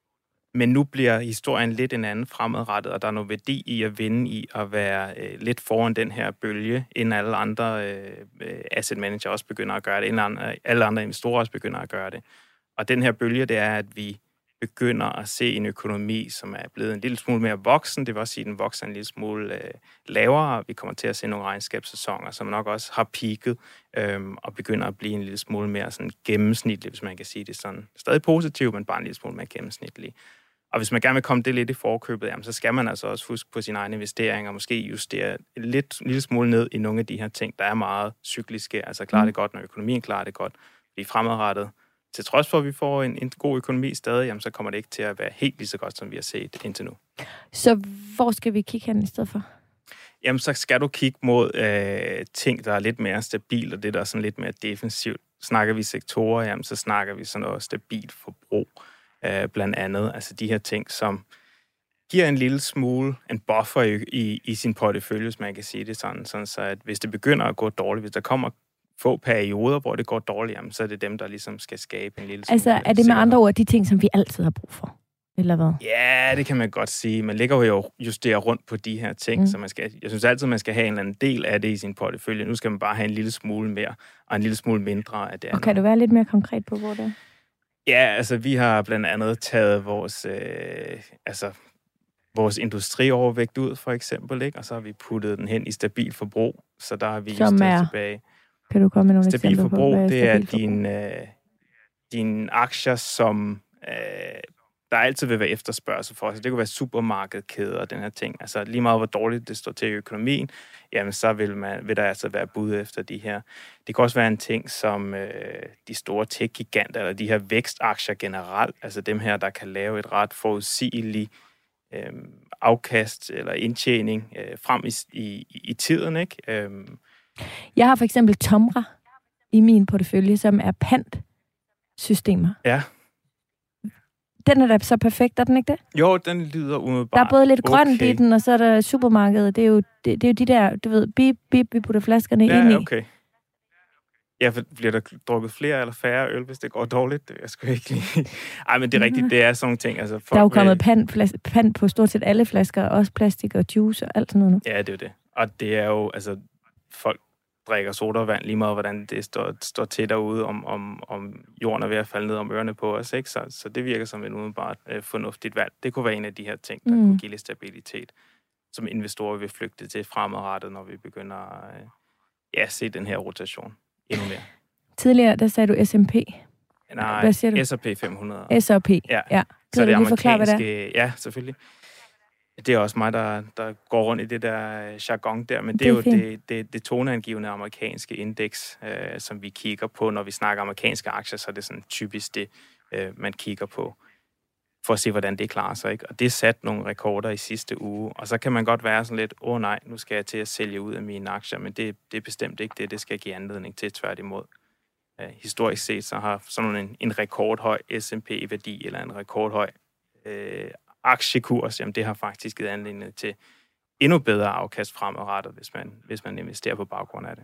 Men nu bliver historien lidt en anden fremadrettet, og der er noget værdi i at vinde i at være øh, lidt foran den her bølge, inden alle andre øh, asset manager også begynder at gøre det, inden andre, alle andre investorer også begynder at gøre det. Og den her bølge, det er, at vi begynder at se en økonomi, som er blevet en lille smule mere voksen. Det vil også sige, at den vokser en lille smule øh, lavere. Vi kommer til at se nogle regnskabssæsoner, som nok også har peaket øh, og begynder at blive en lille smule mere sådan gennemsnitlig, hvis man kan sige det sådan. Stadig positivt, men bare en lille smule mere gennemsnitlig. Og hvis man gerne vil komme det lidt i forkøbet, jamen, så skal man altså også huske på sine egne investeringer, måske justere lidt, en lille smule ned i nogle af de her ting, der er meget cykliske. Altså klarer det godt, når økonomien klarer det godt. Fordi fremadrettet, til trods for, at vi får en, en god økonomi stadig, jamen, så kommer det ikke til at være helt lige så godt, som vi har set indtil nu. Så hvor skal vi kigge hen i stedet for? Jamen, så skal du kigge mod øh, ting, der er lidt mere stabilt, og det, der er sådan lidt mere defensivt. Snakker vi sektorer, jamen, så snakker vi sådan noget stabilt forbrug. Øh, blandt andet, altså de her ting, som giver en lille smule en buffer i, i, i sin portefølje, hvis man kan sige det sådan, sådan, så at hvis det begynder at gå dårligt, hvis der kommer få perioder, hvor det går dårligt, jamen, så er det dem, der ligesom skal skabe en lille smule. Altså er det med andre ord de ting, som vi altid har brug for? Eller hvad? Ja, det kan man godt sige. Man ligger jo og justerer rundt på de her ting, mm. så man skal, jeg synes altid, man skal have en eller anden del af det i sin portefølje. Nu skal man bare have en lille smule mere, og en lille smule mindre af det. Og kan du være lidt mere konkret på, hvor det er? Ja, altså vi har blandt andet taget vores, øh, altså, vores industriovervægt ud, for eksempel, ikke? Og så har vi puttet den hen i stabil forbrug, så der har vi justeret tilbage. Kan du komme med nogle stabil eksempler forbrug, på, hvad det er stabil dine øh, din aktier, som øh, der altid vil være efterspørgsel for. Så det kunne være supermarkedkæder og den her ting. Altså lige meget, hvor dårligt det står til i økonomien, jamen så vil, man, vil der altså være bud efter de her. Det kan også være en ting som øh, de store tech-giganter, eller de her vækstaktier generelt, altså dem her, der kan lave et ret forudsigeligt øh, afkast eller indtjening øh, frem i, i, i tiden, ikke? Øh, Jeg har for eksempel Tomra i min portefølje, som er pant-systemer. Ja. Den er da så perfekt, er den ikke det? Jo, den lyder umiddelbart. Der er både lidt grønt okay. i den, og så er der supermarkedet. Det er jo, det, det er jo de der, du ved, bip, bip, vi putter flaskerne ja, ind i. okay. Ja, for bliver der drukket flere eller færre øl, hvis det går dårligt? Det er jeg sgu ikke lige. Ej, men det er rigtigt, det er sådan nogle ting. Altså, der er jo kommet pant, flas- pant på stort set alle flasker, også plastik og juice og alt sådan noget nu. Ja, det er jo det. Og det er jo, altså, folk drikker sodavand lige meget, hvordan det står, står til derude, om, om, om jorden er ved at falde ned om ørerne på os, ikke? Så, så det virker som et umiddelbart øh, fornuftigt valg. Det kunne være en af de her ting, der mm. kunne give lidt stabilitet, som investorer vil flygte til fremadrettet, når vi begynder at øh, ja, se den her rotation endnu mere. Tidligere, der sagde du S and P. Nej, hvad siger du? S og P fem hundrede. S og P, ja. ja. Så det du lige forklare, hvad det er? Ja, selvfølgelig. Det er også mig, der, der går rundt i det der jargon der, men det, det er jo det, det, det toneangivende amerikanske indeks, øh, som vi kigger på. Når vi snakker amerikanske aktier, så er det sådan typisk det, øh, man kigger på, for at se, hvordan det klarer sig, ikke? Og det satte nogle rekorder i sidste uge, og så kan man godt være sådan lidt, åh oh, nej, nu skal jeg til at sælge ud af mine aktier, men det, det er bestemt ikke det, det skal give anledning til, tværtimod. Øh, historisk set, så har sådan en, en rekordhøj S and P-værdi, eller en rekordhøj øh, aktiekurs, jamen det har faktisk givet anledning til endnu bedre afkast fremadrettet, hvis man, hvis man investerer på baggrund af det.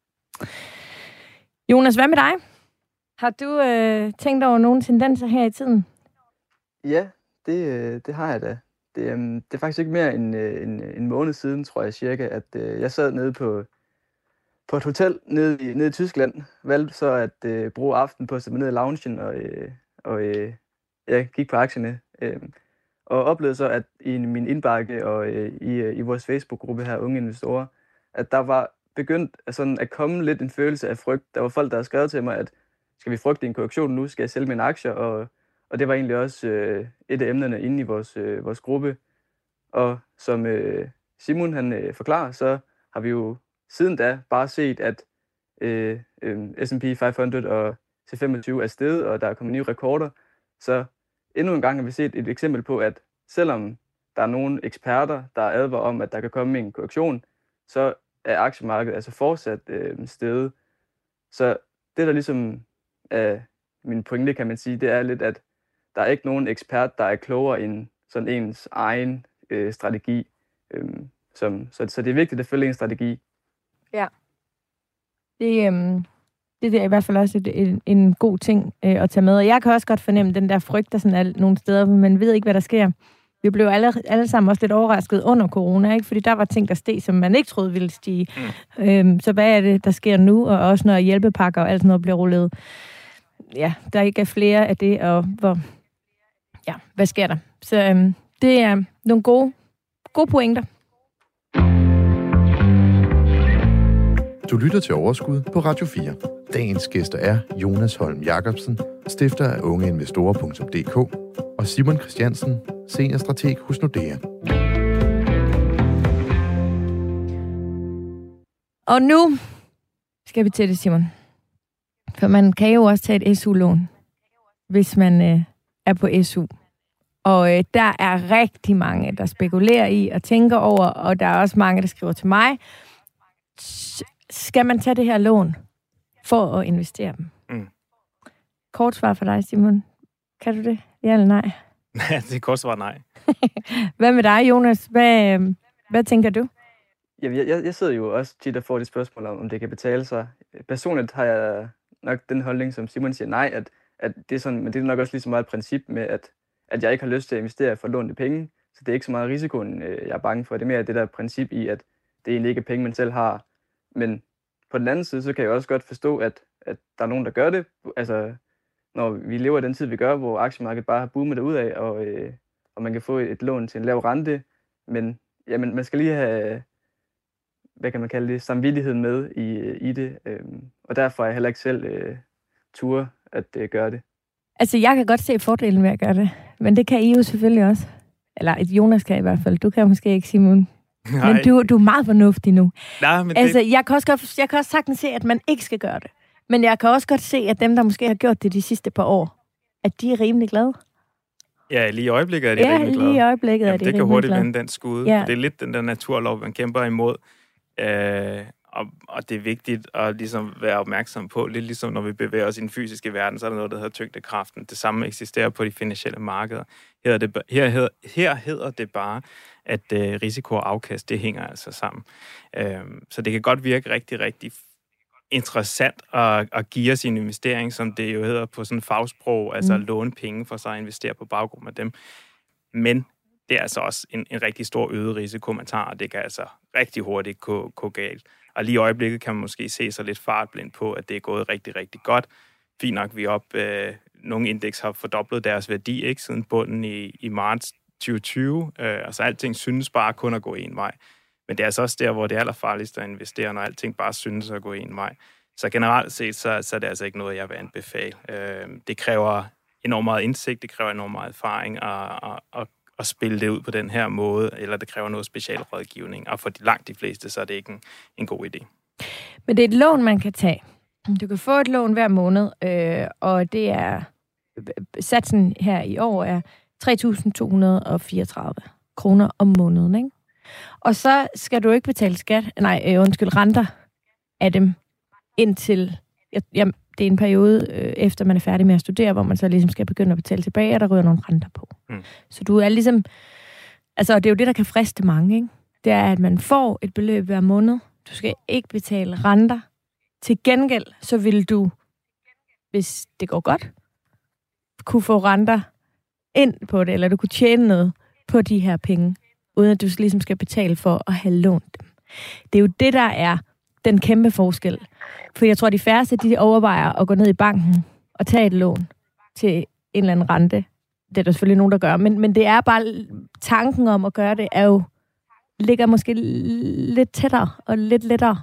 Jonas, hvad med dig? Har du øh, tænkt over nogle tendenser her i tiden? Ja, det, øh, det har jeg da. Det, øh, det er faktisk ikke mere end øh, en, en måned siden, tror jeg cirka, at øh, jeg sad nede på, på et hotel nede i, nede i Tyskland, valgte så at øh, bruge aften på at sætte mig ned i loungen og, øh, og øh, ja, kigge på aktierne. Øh, Og oplevede så, at i min indbakke og øh, i, øh, i vores Facebook-gruppe her, Unge Investorer, at der var begyndt at, sådan, at komme lidt en følelse af frygt. Der var folk, der havde skrevet til mig, at skal vi frygte en korrektion nu? Skal jeg sælge mine aktier? Og, og det var egentlig også øh, et af emnerne inde i vores, øh, vores gruppe. Og som øh, Simon han øh, forklarer, så har vi jo siden da bare set, at øh, øh, S and P fem hundrede og T femogtyve er steget, og der er kommet nye rekorder. Så endnu en gang har vi set et eksempel på, at selvom der er nogle eksperter, der advarer om, at der kan komme en korrektion, så er aktiemarkedet altså fortsat øh, steget. Så det, der ligesom er min pointe, kan man sige, det er lidt, at der er ikke nogen ekspert, der er klogere end sådan ens egen øh, strategi. Øhm, som, så, så det er vigtigt at følge en strategi. Ja. Det, øhm, det er i hvert fald også et, en, en god ting øh, at tage med. Og jeg kan også godt fornemme den der frygt, der sådan er nogle steder, hvor man ved ikke, hvad der sker. Vi blev alle, alle sammen også lidt overrasket under corona, ikke? Fordi der var ting, der steg, som man ikke troede ville stige. Mm. Øhm, så hvad er det, der sker nu? Og også når hjælpepakker og alt sådan noget bliver rullet. Ja, der ikke er flere af det, og hvor... Ja, hvad sker der? Så øhm, det er nogle gode, gode pointer. Du lytter til Overskud på Radio fire. Dagens gæster er Jonas Holm Jacobsen, stifter af ungeinvestorer punktum d k, og Simon Christiansen, seniorstrateg hos Nordea. Og nu skal vi til det, Simon. For man kan jo også tage et S U-lån, hvis man øh, er på S U. Og øh, der er rigtig mange, der spekulerer i og tænker over, og der er også mange, der skriver til mig, skal man tage det her lån for at investere dem? Mm. Kort svar for dig, Simon. Kan du det? Ja eller nej? Ja, det er kort svar nej. Hvad med dig, Jonas? Hvad, hvad tænker du? Jamen, jeg, jeg sidder jo også tit og får det spørgsmål om, om det kan betale sig. Personligt har jeg nok den holdning, som Simon siger, nej, at, at det er sådan, men det er nok også lige så meget et princip med, at at jeg ikke har lyst til at investere for lånte penge. Så det er ikke så meget risikoen, øh, jeg er bange for. Det er mere det der princip i, at det egentlig ikke er penge, man selv har. Men på den anden side, så kan jeg også godt forstå, at, at der er nogen, der gør det. Altså, når vi lever i den tid, vi gør, hvor aktiemarkedet bare har boomet derudad, og, øh, og man kan få et, et lån til en lav rente. Men jamen, man skal lige have, hvad kan man kalde det, samvittigheden med i, i det. Øh, og derfor er jeg heller ikke selv øh, tur at øh, gøre det. Altså, jeg kan godt se fordelen ved at gøre det, men det kan I jo selvfølgelig også. Eller Jonas kan i hvert fald. Du kan måske ikke, Simon. Nej. Men du, du er meget fornuftig nu. Nej, men altså, det... jeg, kan også godt, jeg kan også sagtens se, at man ikke skal gøre det. Men jeg kan også godt se, at dem, der måske har gjort det de sidste par år, at de er rimelig glade. Ja, lige i øjeblikket er de ja, rimelig glade. Ja, lige i øjeblikket Jamen, er de det rimelig kan hurtigt glade. vende den skude. Ja. Det er lidt den der naturlov, man kæmper imod. Øh, og, og det er vigtigt at ligesom være opmærksom på. Lidt ligesom når vi bevæger os i den fysiske verden, så er der noget, der hedder tyngdekraften. Det samme eksisterer på de finansielle markeder. Her, er det, her, hedder, her hedder det bare, at øh, risiko og afkast, det hænger altså sammen. Øh, så det kan godt virke rigtig, rigtig interessant at, at give sin investering, som det jo hedder på sådan fagsprog, altså mm. at låne penge for sig at investere på baggrund af dem. Men det er altså også en, en rigtig stor øget risiko, man tager, og det kan altså rigtig hurtigt gå, gå galt. Og lige i øjeblikket kan man måske se sig lidt fartblind på, at det er gået rigtig, rigtig godt. Fint nok, vi er op, øh, nogle indeks har fordoblet deres værdi, ikke, siden bunden i, i marts tyve tyve. Øh, altså alting synes bare kun at gå en vej. Men det er altså også der, hvor det er allerfarligst at investere, når alting bare synes at gå en vej. Så generelt set, så, så er det altså ikke noget, jeg vil anbefale. Øh, det kræver enormt meget indsigt, det kræver enormt meget erfaring at, at, at, at spille det ud på den her måde, eller det kræver noget specialrådgivning. Og for de langt de fleste, så er det ikke en, en god idé. Men det er et lån, man kan tage. Du kan få et lån hver måned, øh, og det er satsen her i år er tre tusind to hundrede og fireogtredive kroner om måneden, ikke? Og så skal du ikke betale skat, nej, øh, undskyld, renter af dem indtil, ja, det er en periode øh, efter man er færdig med at studere, hvor man så ligesom skal begynde at betale tilbage, og der ryger nogle renter på. Mm. Så du er ligesom, altså det er jo det, der kan friste mange, ikke? Det er, at man får et beløb hver måned. Du skal ikke betale renter. Til gengæld, så vil du, hvis det går godt, kunne få renter ind på det, eller du kunne tjene noget på de her penge, uden at du ligesom skal betale for at have lånt dem. Det er jo det, der er den kæmpe forskel. For jeg tror, de færreste, de overvejer at gå ned i banken og tage et lån til en eller anden rente. Det er der selvfølgelig nogen, der gør, men, men det er bare tanken om at gøre det, er jo ligger måske lidt tættere og lidt lettere,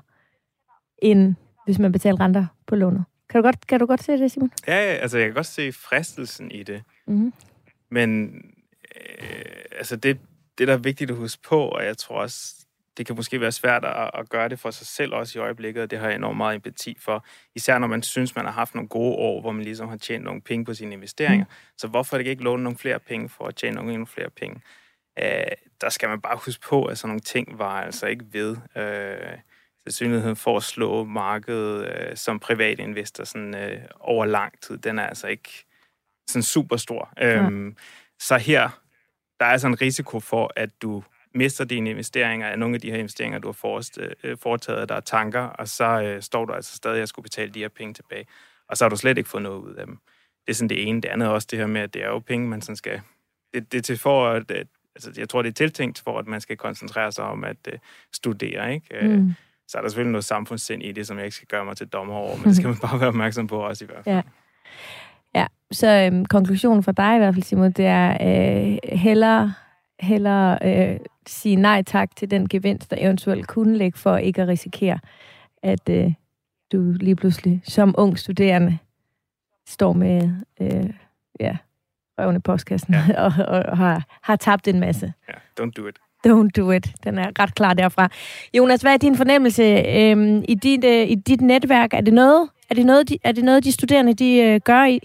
end hvis man betaler renter på lånet. Kan du godt, kan du godt se det, Simon? Ja, altså jeg kan godt se fristelsen i det. Mm-hmm. Men øh, altså det, det, der er vigtigt at huske på, og jeg tror også, det kan måske være svært at, at gøre det for sig selv også i øjeblikket, og det har jeg enormt meget empati for. Især når man synes, man har haft nogle gode år, hvor man ligesom har tjent nogle penge på sine investeringer. Mm. Så hvorfor er det ikke låne nogle flere penge for at tjene nogle endnu flere penge? Uh, der skal man bare huske på, at sådan nogle ting var altså ikke ved. Uh, sandsynligheden for at slå markedet uh, som privat investor sådan, uh, over lang tid, den er altså ikke sådan super stor. Ja. Um, så her, der er altså en risiko for, at du mister dine investeringer af nogle af de her investeringer, du har foretaget, der er tanker, og så uh, står du altså stadig at skulle betale de her penge tilbage. Og så har du slet ikke fået noget ud af dem. Det er sådan det ene. Det andet er også det her med, at det er jo penge, man sådan skal... Det, det er til for, at... Altså, jeg tror, det er tiltænkt for, at man skal koncentrere sig om at uh, studere, ikke? Mm. Så er der selvfølgelig noget samfundssind i det, som jeg ikke skal gøre mig til dommer over, men det skal man bare være opmærksom på også i hvert fald. Ja, ja. Så øhm, konklusionen for dig i hvert fald, Simon, det er øh, hellere, hellere øh, sige nej tak til den gevinst, der eventuelt kunne ligge for ikke at risikere, at øh, du lige pludselig som ung studerende står med øh, ja, røven i postkassen ja. og, og, og har, har tabt en masse. Ja, don't do it. Don't do it. Den er ret klar derfra. Jonas, hvad er din fornemmelse øhm, i, dit, øh, i dit netværk? Er det noget, er det noget, de, er det noget de studerende de øh, gør i?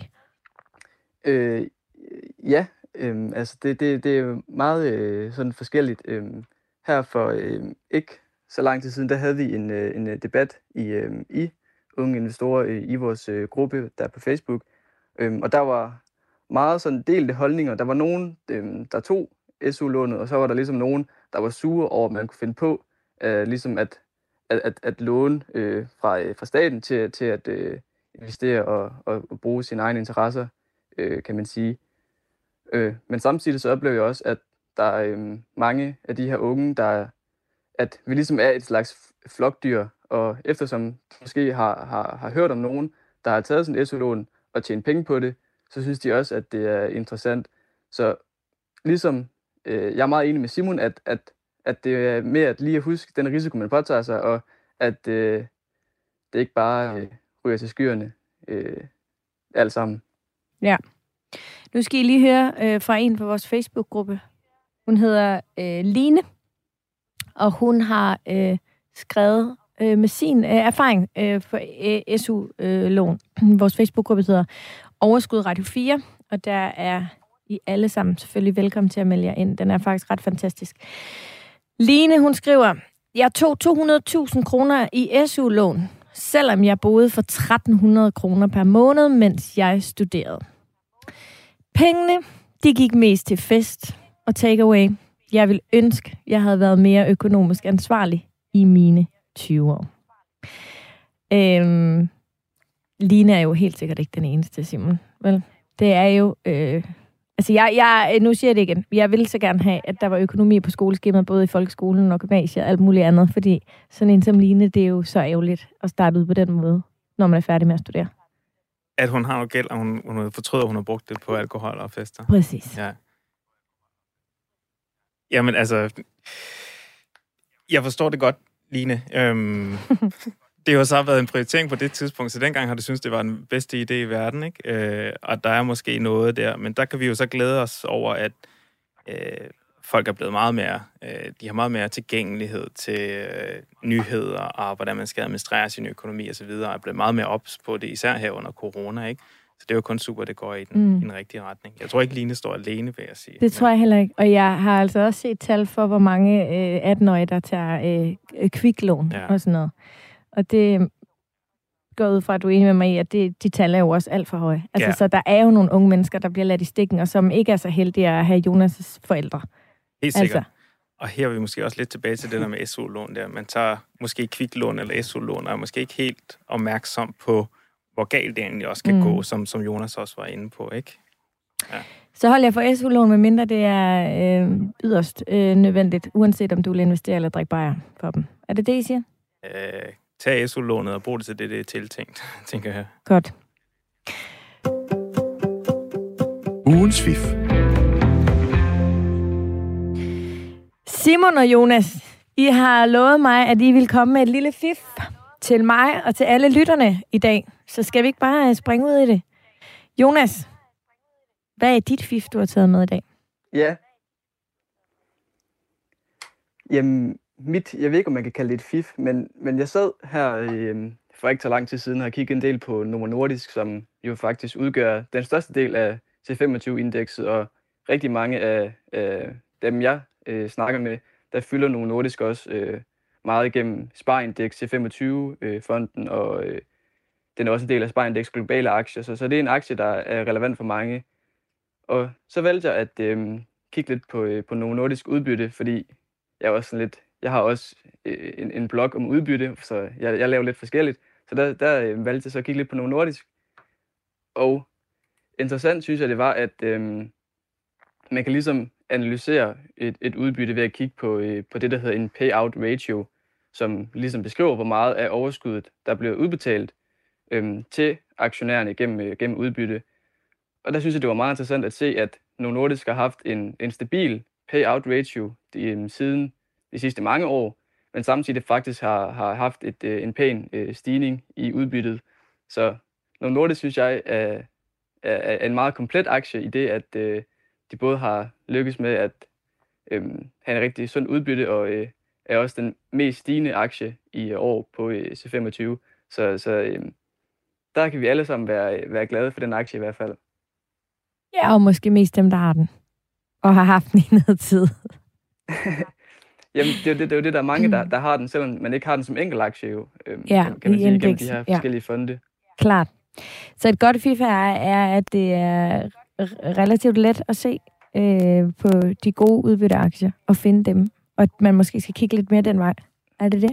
Øh, ja, øh, altså det, det, det er meget øh, sådan forskelligt. Øh, her for øh, ikke så lang tid siden, der havde vi en, øh, en debat i, øh, i Unge Investorer øh, i vores øh, gruppe der på Facebook. Øh, og der var meget sådan delte holdninger. Der var nogen, øh, der tog S U-lånet, og så var der ligesom nogen, der var sure over, at man kunne finde på øh, ligesom at, at, at, at låne øh, fra, øh, fra staten til, til at øh, investere og, og, og bruge sine egne interesser, øh, kan man sige. Øh, men samtidig så oplever jeg også, at der er øh, mange af de her unge, der at vi ligesom er et slags flokdyr, og eftersom de måske har, har, har hørt om nogen, der har taget sådan et S U-lån og tjent penge på det, så synes de også, at det er interessant. Så ligesom øh, jeg er meget enig med Simon, at, at, at det er med at lige at huske den risiko, man påtager sig, og at øh, det ikke bare øh, ryger til skyerne øh, alt sammen. Ja. Nu skal I lige høre øh, fra en på vores Facebook-gruppe. Hun hedder øh, Line, og hun har øh, skrevet øh, med sin øh, erfaring øh, for øh, S U-lån. Øh, vores Facebook-gruppe hedder Overskud Radio fire, og der er I alle sammen selvfølgelig velkommen til at melde jer ind. Den er faktisk ret fantastisk. Line, hun skriver, jeg tog to hundrede tusind kroner i S U-lån, selvom jeg boede for tretten hundrede kroner per måned, mens jeg studerede. Pengene, de gik mest til fest og takeaway. Jeg vil ønske, jeg havde været mere økonomisk ansvarlig i mine tyve år. Øhm, Line er jo helt sikkert ikke den eneste, Simon. Vel? Det er jo... Øh, altså, jeg, jeg, nu siger jeg det igen. Jeg ville så gerne have, at der var økonomi på skoleskemaet, både i folkeskolen og gymnasiet og alt muligt andet, fordi sådan en som Line, det er jo så ærgerligt at starte ud på den måde, når man er færdig med at studere. At hun har noget gæld, og hun, hun fortryder, at hun har brugt det på alkohol og fester. Præcis. Ja. Jamen, altså... Jeg forstår det godt, Line. Øhm, det har jo så været en prioritering på det tidspunkt, så dengang har du syntes, det var den bedste idé i verden, ikke? Øh, og der er måske noget der, men der kan vi jo så glæde os over, at øh, folk er blevet meget mere... Øh, de har meget mere tilgængelighed til øh, nyheder, og hvordan man skal administrere sin økonomi osv., og er blevet meget mere ops på det, især her under corona, ikke? Så det er jo kun super, det går i den, mm. i den rigtige retning. Jeg tror ikke, Line står alene, vil jeg sige. Det tror jeg heller ikke. Og jeg har altså også set tal for, hvor mange øh, atten-årige, der tager øh, kviklån ja. og sådan noget. Og det går ud fra, at du er enig med mig i, at det, de tal er jo også alt for høje. Altså, ja. Så der er jo nogle unge mennesker, der bliver ladt i stikken, og som ikke er så heldige at have Jonas' forældre. Helt sikkert. Altså. Og her er vi måske også lidt tilbage til det der med S U-lån der. Man tager måske kviklån eller S U-lån, og er måske ikke helt opmærksom på, hvor galt det egentlig også kan mm. gå, som, som Jonas også var inde på, ikke? Ja. Så hold jeg for S U-lån, medmindre det er øh, yderst øh, nødvendigt, uanset om du vil investere eller drikke bajer for dem. Er det det, I siger? Øh, tag S U-lånet og brug det til det, det er tiltænkt, tænker jeg. Godt. Ugens fif. Simon og Jonas, I har lovet mig, at I vil komme med et lille fif til mig og til alle lytterne i dag. Så skal vi ikke bare springe ud i det? Jonas, hvad er dit fif, du har taget med i dag? Ja. Jamen, mit, jeg ved ikke, om man kan kalde det et fif, men, men jeg sad her øh, for ikke så lang tid siden og kiggede en del på Novo Nordisk, som jo faktisk udgør den største del af C femogtyve-indekset, og rigtig mange af øh, dem, jeg øh, snakker med, der fylder Novo Nordisk også øh, meget igennem Sparindex C femogtyve-fonden, øh, og øh, den er også en del af Sparindex globale aktier, så, så det er en aktie, der er relevant for mange. Og så valgte jeg at øh, kigge lidt på, øh, på Novo Nordisk udbytte, fordi jeg er også sådan lidt, jeg har også øh, en, en blog om udbytte, så jeg, jeg laver lidt forskelligt. Så der, der øh, valgte jeg så at kigge lidt på Novo Nordisk. Og interessant synes jeg, det var, at øh, man kan ligesom analysere et, et udbytte ved at kigge på, øh, på det, der hedder en payout ratio, som ligesom beskriver, hvor meget af overskuddet, der bliver udbetalt øh, til aktionærerne gennem, øh, gennem udbytte. Og der synes jeg, det var meget interessant at se, at Novo Nordisk har haft en, en stabil payout ratio de, siden de sidste mange år, men samtidig faktisk har, har haft et, en pæn øh, stigning i udbyttet. Så Novo Nordisk, synes jeg, er, er, er en meget komplet aktie i det, at øh, de både har lykkes med at øh, have en rigtig sund udbytte, og øh, er også den mest stigende aktie i år på øh, C femogtyve. Så, så øh, der kan vi alle sammen være, være glade for den aktie i hvert fald. Ja, og måske mest dem, der har den. Og har haft den i noget tid. Jamen, det er jo det, det, er jo det der er mange, der, der har den, selvom man ikke har den som enkelt aktie, jo. Øhm, ja, kan, kan man sige, gennem de her ja. forskellige fonde. Klart. Så et godt fif er, er, at det er relativt let at se øh, på de gode udbytteaktier og finde dem. Og at man måske skal kigge lidt mere den vej. Er det det?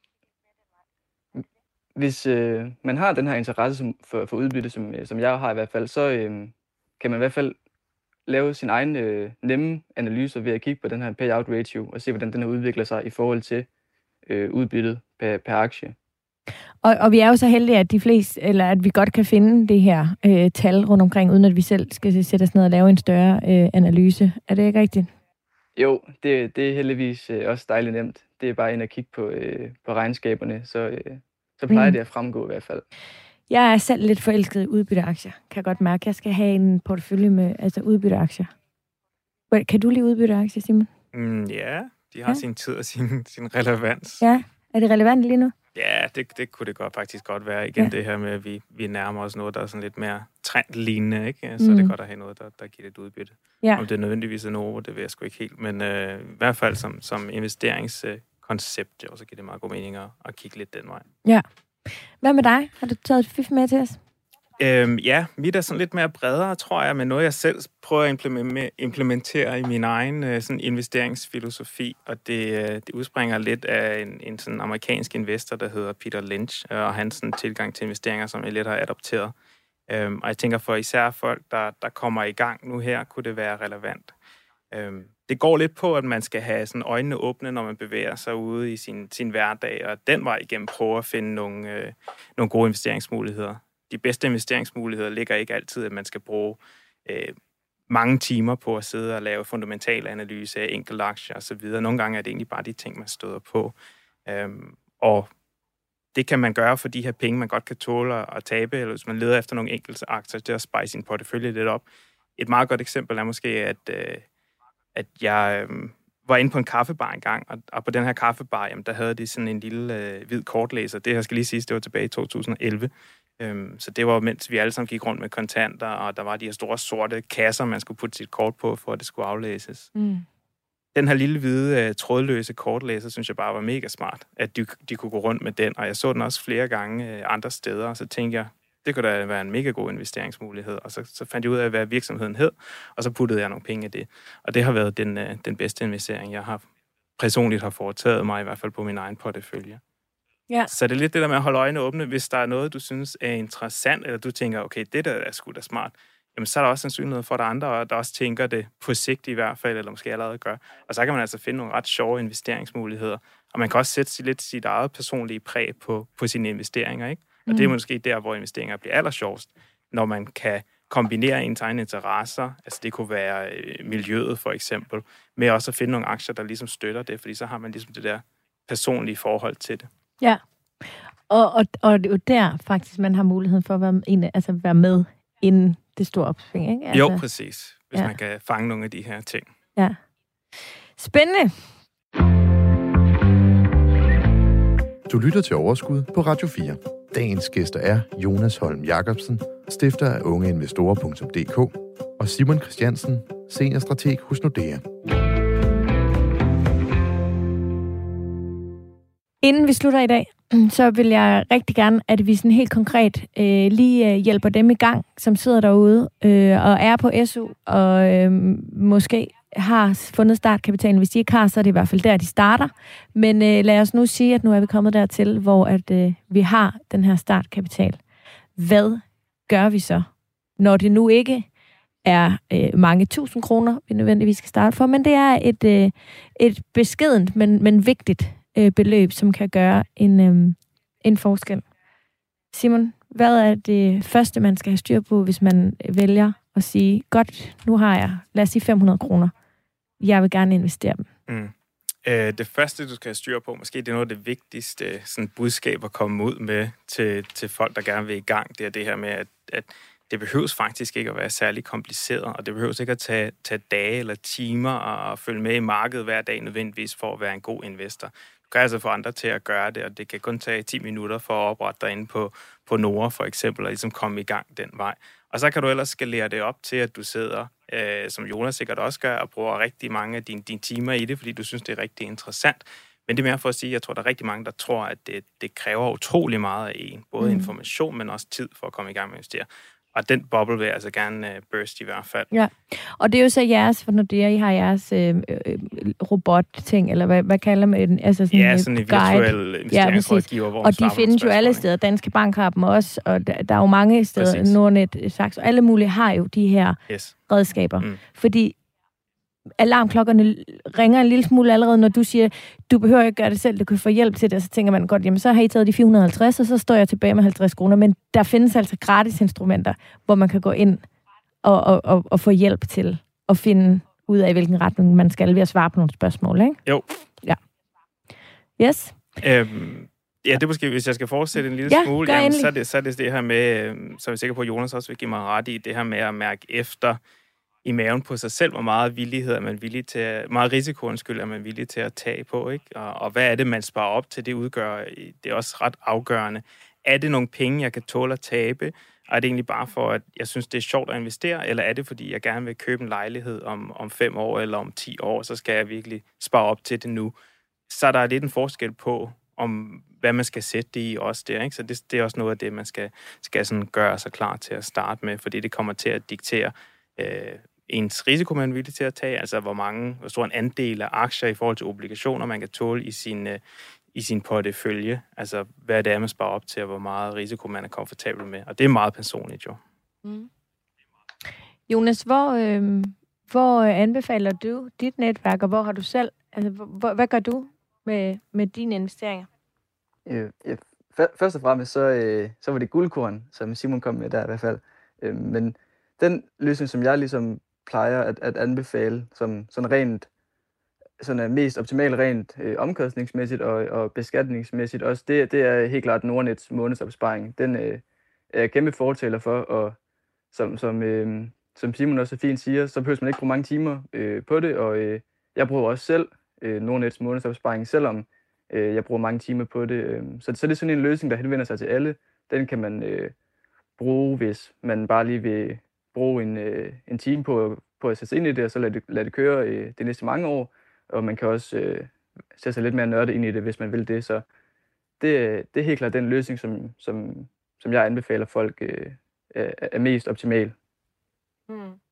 Hvis øh, man har den her interesse som, for, for udbytte, som, som jeg har i hvert fald, så øh, kan man i hvert fald lave sin egen øh, nemme analyser ved at kigge på den her payout ratio og se, hvordan den her udvikler sig i forhold til øh, udbyttet per, per aktie. Og, og vi er jo så heldige, at de fleste, eller at vi godt kan finde det her øh, tal rundt omkring, uden at vi selv skal sætte os ned og lave en større øh, analyse. Er det ikke rigtigt? Jo, det, det er heldigvis øh, også dejligt nemt. Det er bare ind at kigge på, øh, på regnskaberne, så, øh, så plejer mm. det at fremgå i hvert fald. Jeg er selv lidt forelsket i udbytteaktier. Kan jeg godt mærke, jeg skal have en portefølje med altså udbytteaktier. Kan du lide udbytteaktier, Simon? Mm, ja, de har ja. sin tid og sin, sin relevans. Ja, er det relevant lige nu? Ja, det, det kunne det godt faktisk godt være. Igen ja. det her med, at vi, vi nærmer os noget, der er sådan lidt mere trendlignende, ikke? Så mm. det er godt at have noget, der, der giver lidt udbytte. Ja. Om det er nødvendigvis er Novo, det ved jeg sgu ikke helt. Men øh, i hvert fald som, som investeringskoncept, jo, så giver det meget god mening at, at kigge lidt den vej. Ja. Hvad med dig? Har du taget et fif med til os? Øhm, ja, mit er sådan lidt mere bredere, tror jeg, men noget, jeg selv prøver at implementere i min egen øh, sådan investeringsfilosofi, og det, øh, det udspringer lidt af en, en sådan amerikansk investor, der hedder Peter Lynch, øh, og hans sådan, tilgang til investeringer, som jeg lidt har adopteret. Øhm, og jeg tænker, for især folk, der, der kommer i gang nu her, kunne det være relevant. Øhm, det går lidt på, at man skal have sådan øjnene åbne, når man bevæger sig ude i sin, sin hverdag, og den vej igennem prøve at finde nogle, øh, nogle gode investeringsmuligheder. De bedste investeringsmuligheder ligger ikke altid, at man skal bruge øh, mange timer på at sidde og lave fundamental analyse af enkelte aktier osv. Nogle gange er det egentlig bare de ting, man støder på. Øhm, og det kan man gøre for de her penge, man godt kan tåle at tabe, eller hvis man leder efter nogle enkelte aktier, det er at spice sin portefølje lidt op. Et meget godt eksempel er måske, at, øh, at jeg øh, var inde på en kaffebar engang, og, og på den her kaffebar, jamen, der havde de sådan en lille øh, hvid kortlæser. Det her skal lige siges, det var tilbage i to tusind og elleve. Øhm, så det var, mens vi alle sammen gik rundt med kontanter, og der var de her store sorte kasser, man skulle putte sit kort på, for at det skulle aflæses. Mm. Den her lille hvide, uh, trådløse kortlæser, synes jeg bare var mega smart, at de, de kunne gå rundt med den, og jeg så den også flere gange uh, andre steder, og så tænkte jeg, det kunne da være en mega god investeringsmulighed, og så, så fandt jeg ud af, hvad virksomheden hed, og så puttede jeg nogle penge i det. Og det har været den, uh, den bedste investering, jeg har personligt har foretaget mig, i hvert fald på min egen portefølje. Ja. Så det er lidt det der med at holde øjnene åbne, hvis der er noget, du synes er interessant, eller du tænker, okay, det der er sgu da smart, jamen så er der også sandsynlighed for, at der er andre, der også tænker det på sigt i hvert fald, eller måske allerede gør. Og så kan man altså finde nogle ret sjove investeringsmuligheder, og man kan også sætte lidt sit eget personlige præg på, på sine investeringer, ikke? Og mm. det er måske der, hvor investeringer bliver allersjovest, når man kan kombinere ens egne interesser, altså det kunne være miljøet for eksempel, med også at finde nogle aktier, der ligesom støtter det, fordi så har man ligesom det der personlige forhold til det. Ja, og, og, og det er jo der faktisk, man har muligheden for at være, en, altså være med inden det store opsving, ikke? Altså, jo, præcis. Hvis ja. man kan fange nogle af de her ting. Ja. Spændende. Du lytter til Overskud på Radio fire. Dagens gæster er Jonas Holm Jacobsen, stifter af ungeinvestorer punktum d k, og Simon Christiansen, seniorstrateg hos Nordea. Inden vi slutter i dag, så vil jeg rigtig gerne, at vi sådan helt konkret øh, lige øh, hjælper dem i gang, som sidder derude øh, og er på S U, og øh, måske har fundet startkapitalen. Hvis de ikke har, så er det i hvert fald der, de starter. Men øh, lad os nu sige, at nu er vi kommet dertil, hvor at, øh, vi har den her startkapital. Hvad gør vi så, når det nu ikke er øh, mange tusind kroner, vi nødvendigvis skal starte for, men det er et, øh, et beskedent, men, men vigtigt beløb, som kan gøre en, øhm, en forskel. Simon, hvad er det første, man skal have styr på, hvis man vælger at sige, godt, nu har jeg, lad os sige fem hundrede kroner. Jeg vil gerne investere dem. Mm. Øh, det første, du skal have styr på, måske det er noget af det vigtigste sådan budskab at komme ud med til, til folk, der gerne vil i gang. Det er det her med, at, at det behøves faktisk ikke at være særlig kompliceret, og det behøves ikke at tage, tage dage eller timer og følge med i markedet hver dag nødvendigvis for at være en god investor. Du kan altså få andre til at gøre det, og det kan kun tage ti minutter for at oprette dig inde på, på Nora for eksempel, og ligesom komme i gang den vej. Og så kan du ellers skalere det op til, at du sidder, øh, som Jonas sikkert også gør, og bruger rigtig mange af dine, dine timer i det, fordi du synes, det er rigtig interessant. Men det er mere for at sige, at jeg tror, der er rigtig mange, der tror, at det, det kræver utrolig meget af en. Både mm. information, men også tid for at komme i gang med at investere. Og den boble vil jeg altså gerne uh, burst i hvert fald. Ja, og det er jo så jeres, for når det er, I har jeres øh, øh, robot-ting, eller hvad, hvad kalder man det? Altså sådan ja, sådan en virtuel investeringsrådgiver, ja, hvor og de findes jo alle steder. Danske Bank har dem også, og der, der er jo mange steder, præcis. Nordnet, Saxo, alle mulige har jo de her yes. redskaber. Mm. Fordi alarmklokkerne ringer en lille smule allerede, når du siger, du behøver ikke gøre det selv, du kan få hjælp til det, og så tænker man godt, jamen så har I taget de fire hundrede og halvtreds, og så står jeg tilbage med halvtreds kroner, men der findes altså gratis instrumenter, hvor man kan gå ind og, og, og, og få hjælp til at finde ud af, hvilken retning man skal ved at svare på nogle spørgsmål, ikke? Jo. Ja. Yes? Øhm, ja, det er måske, hvis jeg skal fortsætte en lille ja, smule, jamen, så, er det, så er det det her med, så er jeg sikker på, at Jonas også vil give mig ret i, det her med at mærke efter i maven på sig selv, hvor meget villighed er man villig til at, meget risiko, undskyld, er man villig til at tage på, ikke? Og, og hvad er det, man sparer op til, det udgør, det er også ret afgørende. Er det nogle penge, jeg kan tåle at tabe? Og er det egentlig bare for, at jeg synes, det er sjovt at investere, eller er det, fordi jeg gerne vil købe en lejlighed om, om fem år eller om ti år, så skal jeg virkelig spare op til det nu? Så er der lidt en forskel på, om hvad man skal sætte det i også der, ikke? Så det, det er også noget af det, man skal, skal sådan gøre sig klar til at starte med, fordi det kommer til at diktere øh, ens risiko, man er villig til at tage, altså hvor mange, hvor stor en andel af aktier i forhold til obligationer, man kan tåle i sin, øh, i sin portefølje, altså hvad det er, man sparer op til, og hvor meget risiko man er komfortabel med, og det er meget personligt jo. Mm. Jonas, hvor, øh, hvor anbefaler du dit netværk, og hvor har du selv, altså hvor, hvad gør du med, med dine investeringer? Øh, ja, først og fremmest, så, øh, så var det guldkorn, som Simon kom med der i hvert fald, øh, men den løsning, som jeg ligesom plejer at, at anbefale, som sådan rent, sådan er mest optimalt rent øh, omkostningsmæssigt og, og beskatningsmæssigt også, det, det er helt klart Nordnets månedsopsparing. Den øh, er jeg kæmpe fortaler for, og som, som, øh, som Simon også så fint siger, så behøver man ikke bruge mange timer øh, på det, og øh, jeg bruger også selv øh, Nordnets månedsopsparing, selvom øh, jeg bruger mange timer på det. Øh, så, så det er sådan en løsning, der henvender sig til alle. Den kan man øh, bruge, hvis man bare lige vil bruge en, øh, en time på, på at sætte sig ind i det, og så lade det, lade det køre øh, de næste mange år. Og man kan også øh, sætte sig lidt mere nørdet ind i det, hvis man vil det. Så det, det er helt klart den løsning, som, som, som jeg anbefaler folk øh, er, er mest optimal. Mm.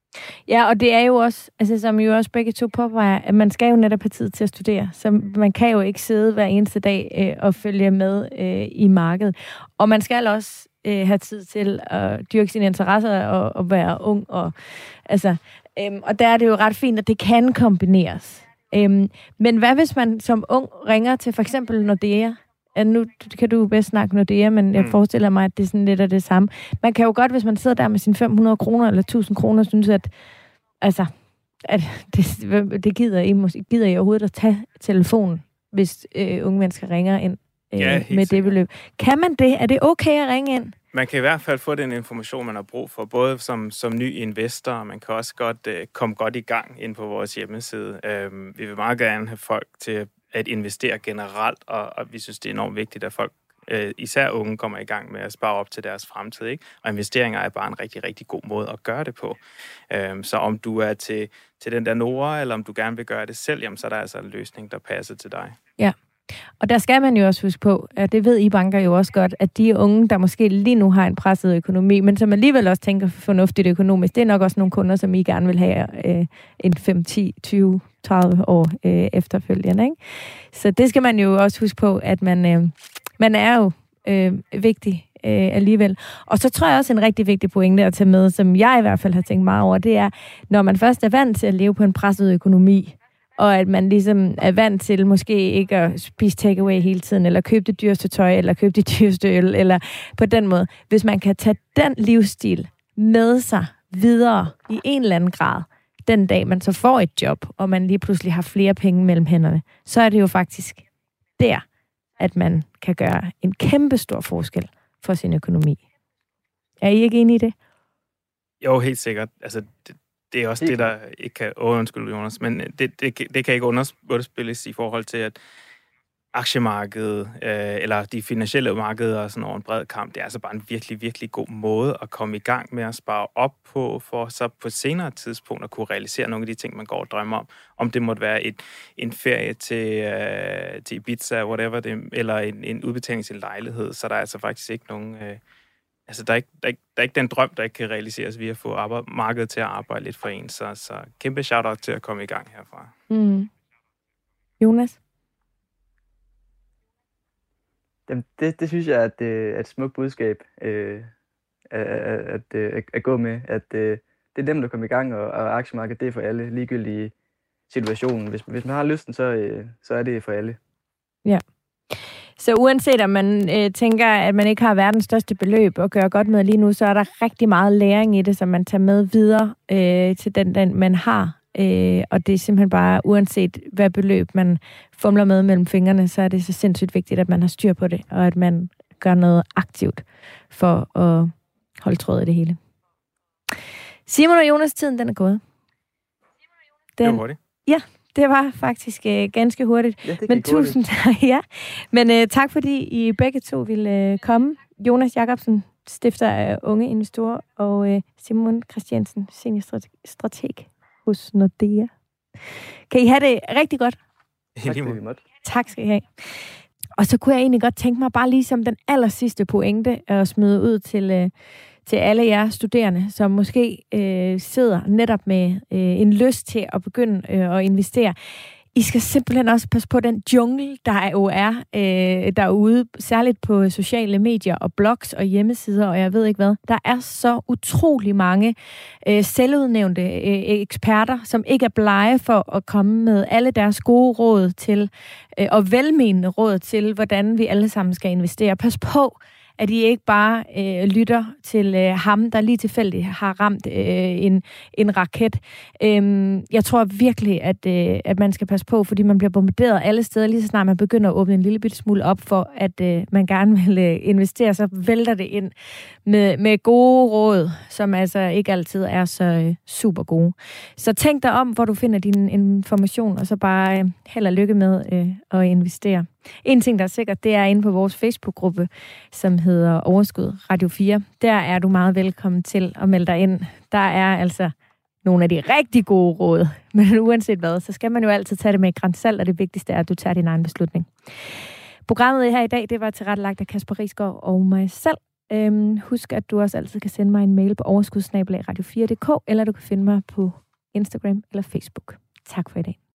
Ja, og det er jo også, altså som jo også begge to påpeger, at man skal jo netop have tid til at studere. Så man kan jo ikke sidde hver eneste dag øh, og følge med øh, i markedet. Og man skal også øh, have tid til at dyrke sine interesser og, og være ung. Og, altså, øh, og der er det jo ret fint, at det kan kombineres. Øhm, men hvad hvis man som ung ringer til for eksempel Nordea? Ja, nu kan du bedst snakke Nordea, men jeg mm. forestiller mig, at det er sådan lidt af det samme. Man kan jo godt, hvis man sidder der med sine fem hundrede kroner eller tusind kroner, synes at, altså, at det, det gider, I, gider I overhovedet at tage telefonen, hvis øh, unge mennesker ringer ind øh, ja, med det beløb. Kan man det? Er det okay at ringe ind? Man kan i hvert fald få den information, man har brug for, både som, som ny investor, og man kan også godt øh, komme godt i gang ind på vores hjemmeside. Øh, vi vil meget gerne have folk til at investere generelt, og, og vi synes, det er enormt vigtigt, at folk, øh, især unge, kommer i gang med at spare op til deres fremtid, ikke? Og investeringer er bare en rigtig, rigtig god måde at gøre det på. Øh, så om du er til, til den der Nora, eller om du gerne vil gøre det selv, jamen, så er der altså en løsning, der passer til dig. Ja. Og der skal man jo også huske på, at det ved I banker jo også godt, at de unge, der måske lige nu har en presset økonomi, men som alligevel også tænker fornuftigt økonomisk, det er nok også nogle kunder, som I gerne vil have øh, en fem, ti, tyve, tredive år øh, efterfølgende, ikke? Så det skal man jo også huske på, at man, øh, man er jo øh, vigtig øh, alligevel. Og så tror jeg også en rigtig vigtig pointe at tage med, som jeg i hvert fald har tænkt meget over, det er, når man først er vant til at leve på en presset økonomi, og at man ligesom er vant til måske ikke at spise takeaway hele tiden, eller købe det dyreste tøj, eller købe det dyreste øl, eller på den måde. Hvis man kan tage den livsstil med sig videre i en eller anden grad, den dag man så får et job, og man lige pludselig har flere penge mellem hænderne, så er det jo faktisk der, at man kan gøre en kæmpe stor forskel for sin økonomi. Er I ikke enige i det? Jo, helt sikkert. Altså, det Det er også det, der ikke kan... Åh, undskyld, Jonas. Men det, det, det kan ikke underspilles i forhold til, at aktiemarkedet, øh, eller de finansielle markeder sådan over en bred kamp, det er altså bare en virkelig, virkelig god måde at komme i gang med at spare op på, for så på et senere tidspunkt at kunne realisere nogle af de ting, man går og drømmer om. Om det måtte være et, en ferie til, øh, til Ibiza, whatever det, eller en, en udbetaling til en lejlighed. Så der er altså faktisk ikke nogen... Øh, altså, der er, ikke, der, er ikke, der er ikke den drøm, der ikke kan realiseres ved at få arbejde, markedet til at arbejde lidt for en. Så, så kæmpe shout-out til at komme i gang herfra. Mm. Jonas? Jamen, det, det synes jeg er et, er et smukt budskab øh, at, at, at, at gå med. At øh, det er nemt at komme i gang, og, og aktiemarkedet det er for alle, ligegyldigt situationen. Hvis, hvis man har lysten, så, øh, så er det for alle. Ja. Så uanset om man øh, tænker, at man ikke har verdens største beløb og gør godt med lige nu, så er der rigtig meget læring i det, som man tager med videre øh, til den, den man har. Øh, og det er simpelthen bare, uanset hvad beløb man fumler med mellem fingrene, så er det så sindssygt vigtigt, at man har styr på det, og at man gør noget aktivt for at holde tråd i det hele. Simon og Jonas, tiden den er gået. Den, det var hurtigt. Ja, det var faktisk øh, ganske hurtigt. Ja, Men tusind tak. Ja. Men øh, tak, fordi I begge to ville øh, komme. Jonas Jacobsen, stifter af Unge Investorer, og øh, Simon Christiansen, seniorstrateg hos Nordea. Kan I have det rigtig godt? Tak, det tak skal I have. Og så kunne jeg egentlig godt tænke mig bare lige som den aller sidste pointe at smide ud til, øh, til alle jer studerende, som måske øh, sidder netop med øh, en lyst til at begynde øh, at investere. I skal simpelthen også passe på den jungle, der jo er øh, derude, særligt på sociale medier og blogs og hjemmesider, og jeg ved ikke hvad. Der er så utrolig mange øh, selvudnævnte øh, eksperter, som ikke er blege for at komme med alle deres gode råd til, øh, og velmenende råd til, hvordan vi alle sammen skal investere. Pas på, at I ikke bare øh, lytter til øh, ham, der lige tilfældigt har ramt øh, en, en raket. Øhm, jeg tror virkelig, at, øh, at man skal passe på, fordi man bliver bombarderet alle steder, lige så snart man begynder at åbne en lille bitte smule op for, at øh, man gerne vil øh, investere, så vælter det ind med, med gode råd, som altså ikke altid er så øh, super gode. Så tænk dig om, hvor du finder din information, og så bare øh, held og lykke med øh, at investere. En ting, der er sikkert, det er inde på vores Facebook-gruppe, som hedder Overskud Radio fire. Der er du meget velkommen til at melde dig ind. Der er altså nogle af de rigtig gode råd. Men uanset hvad, så skal man jo altid tage det med et gran salt, og det vigtigste er, at du tager din egen beslutning. Programmet her i dag, det var tilrettelagt af Kasper Risgaard og mig selv. Øhm, husk, at du også altid kan sende mig en mail på overskud snabel-a radio fire punktum d k, eller du kan finde mig på Instagram eller Facebook. Tak for i dag.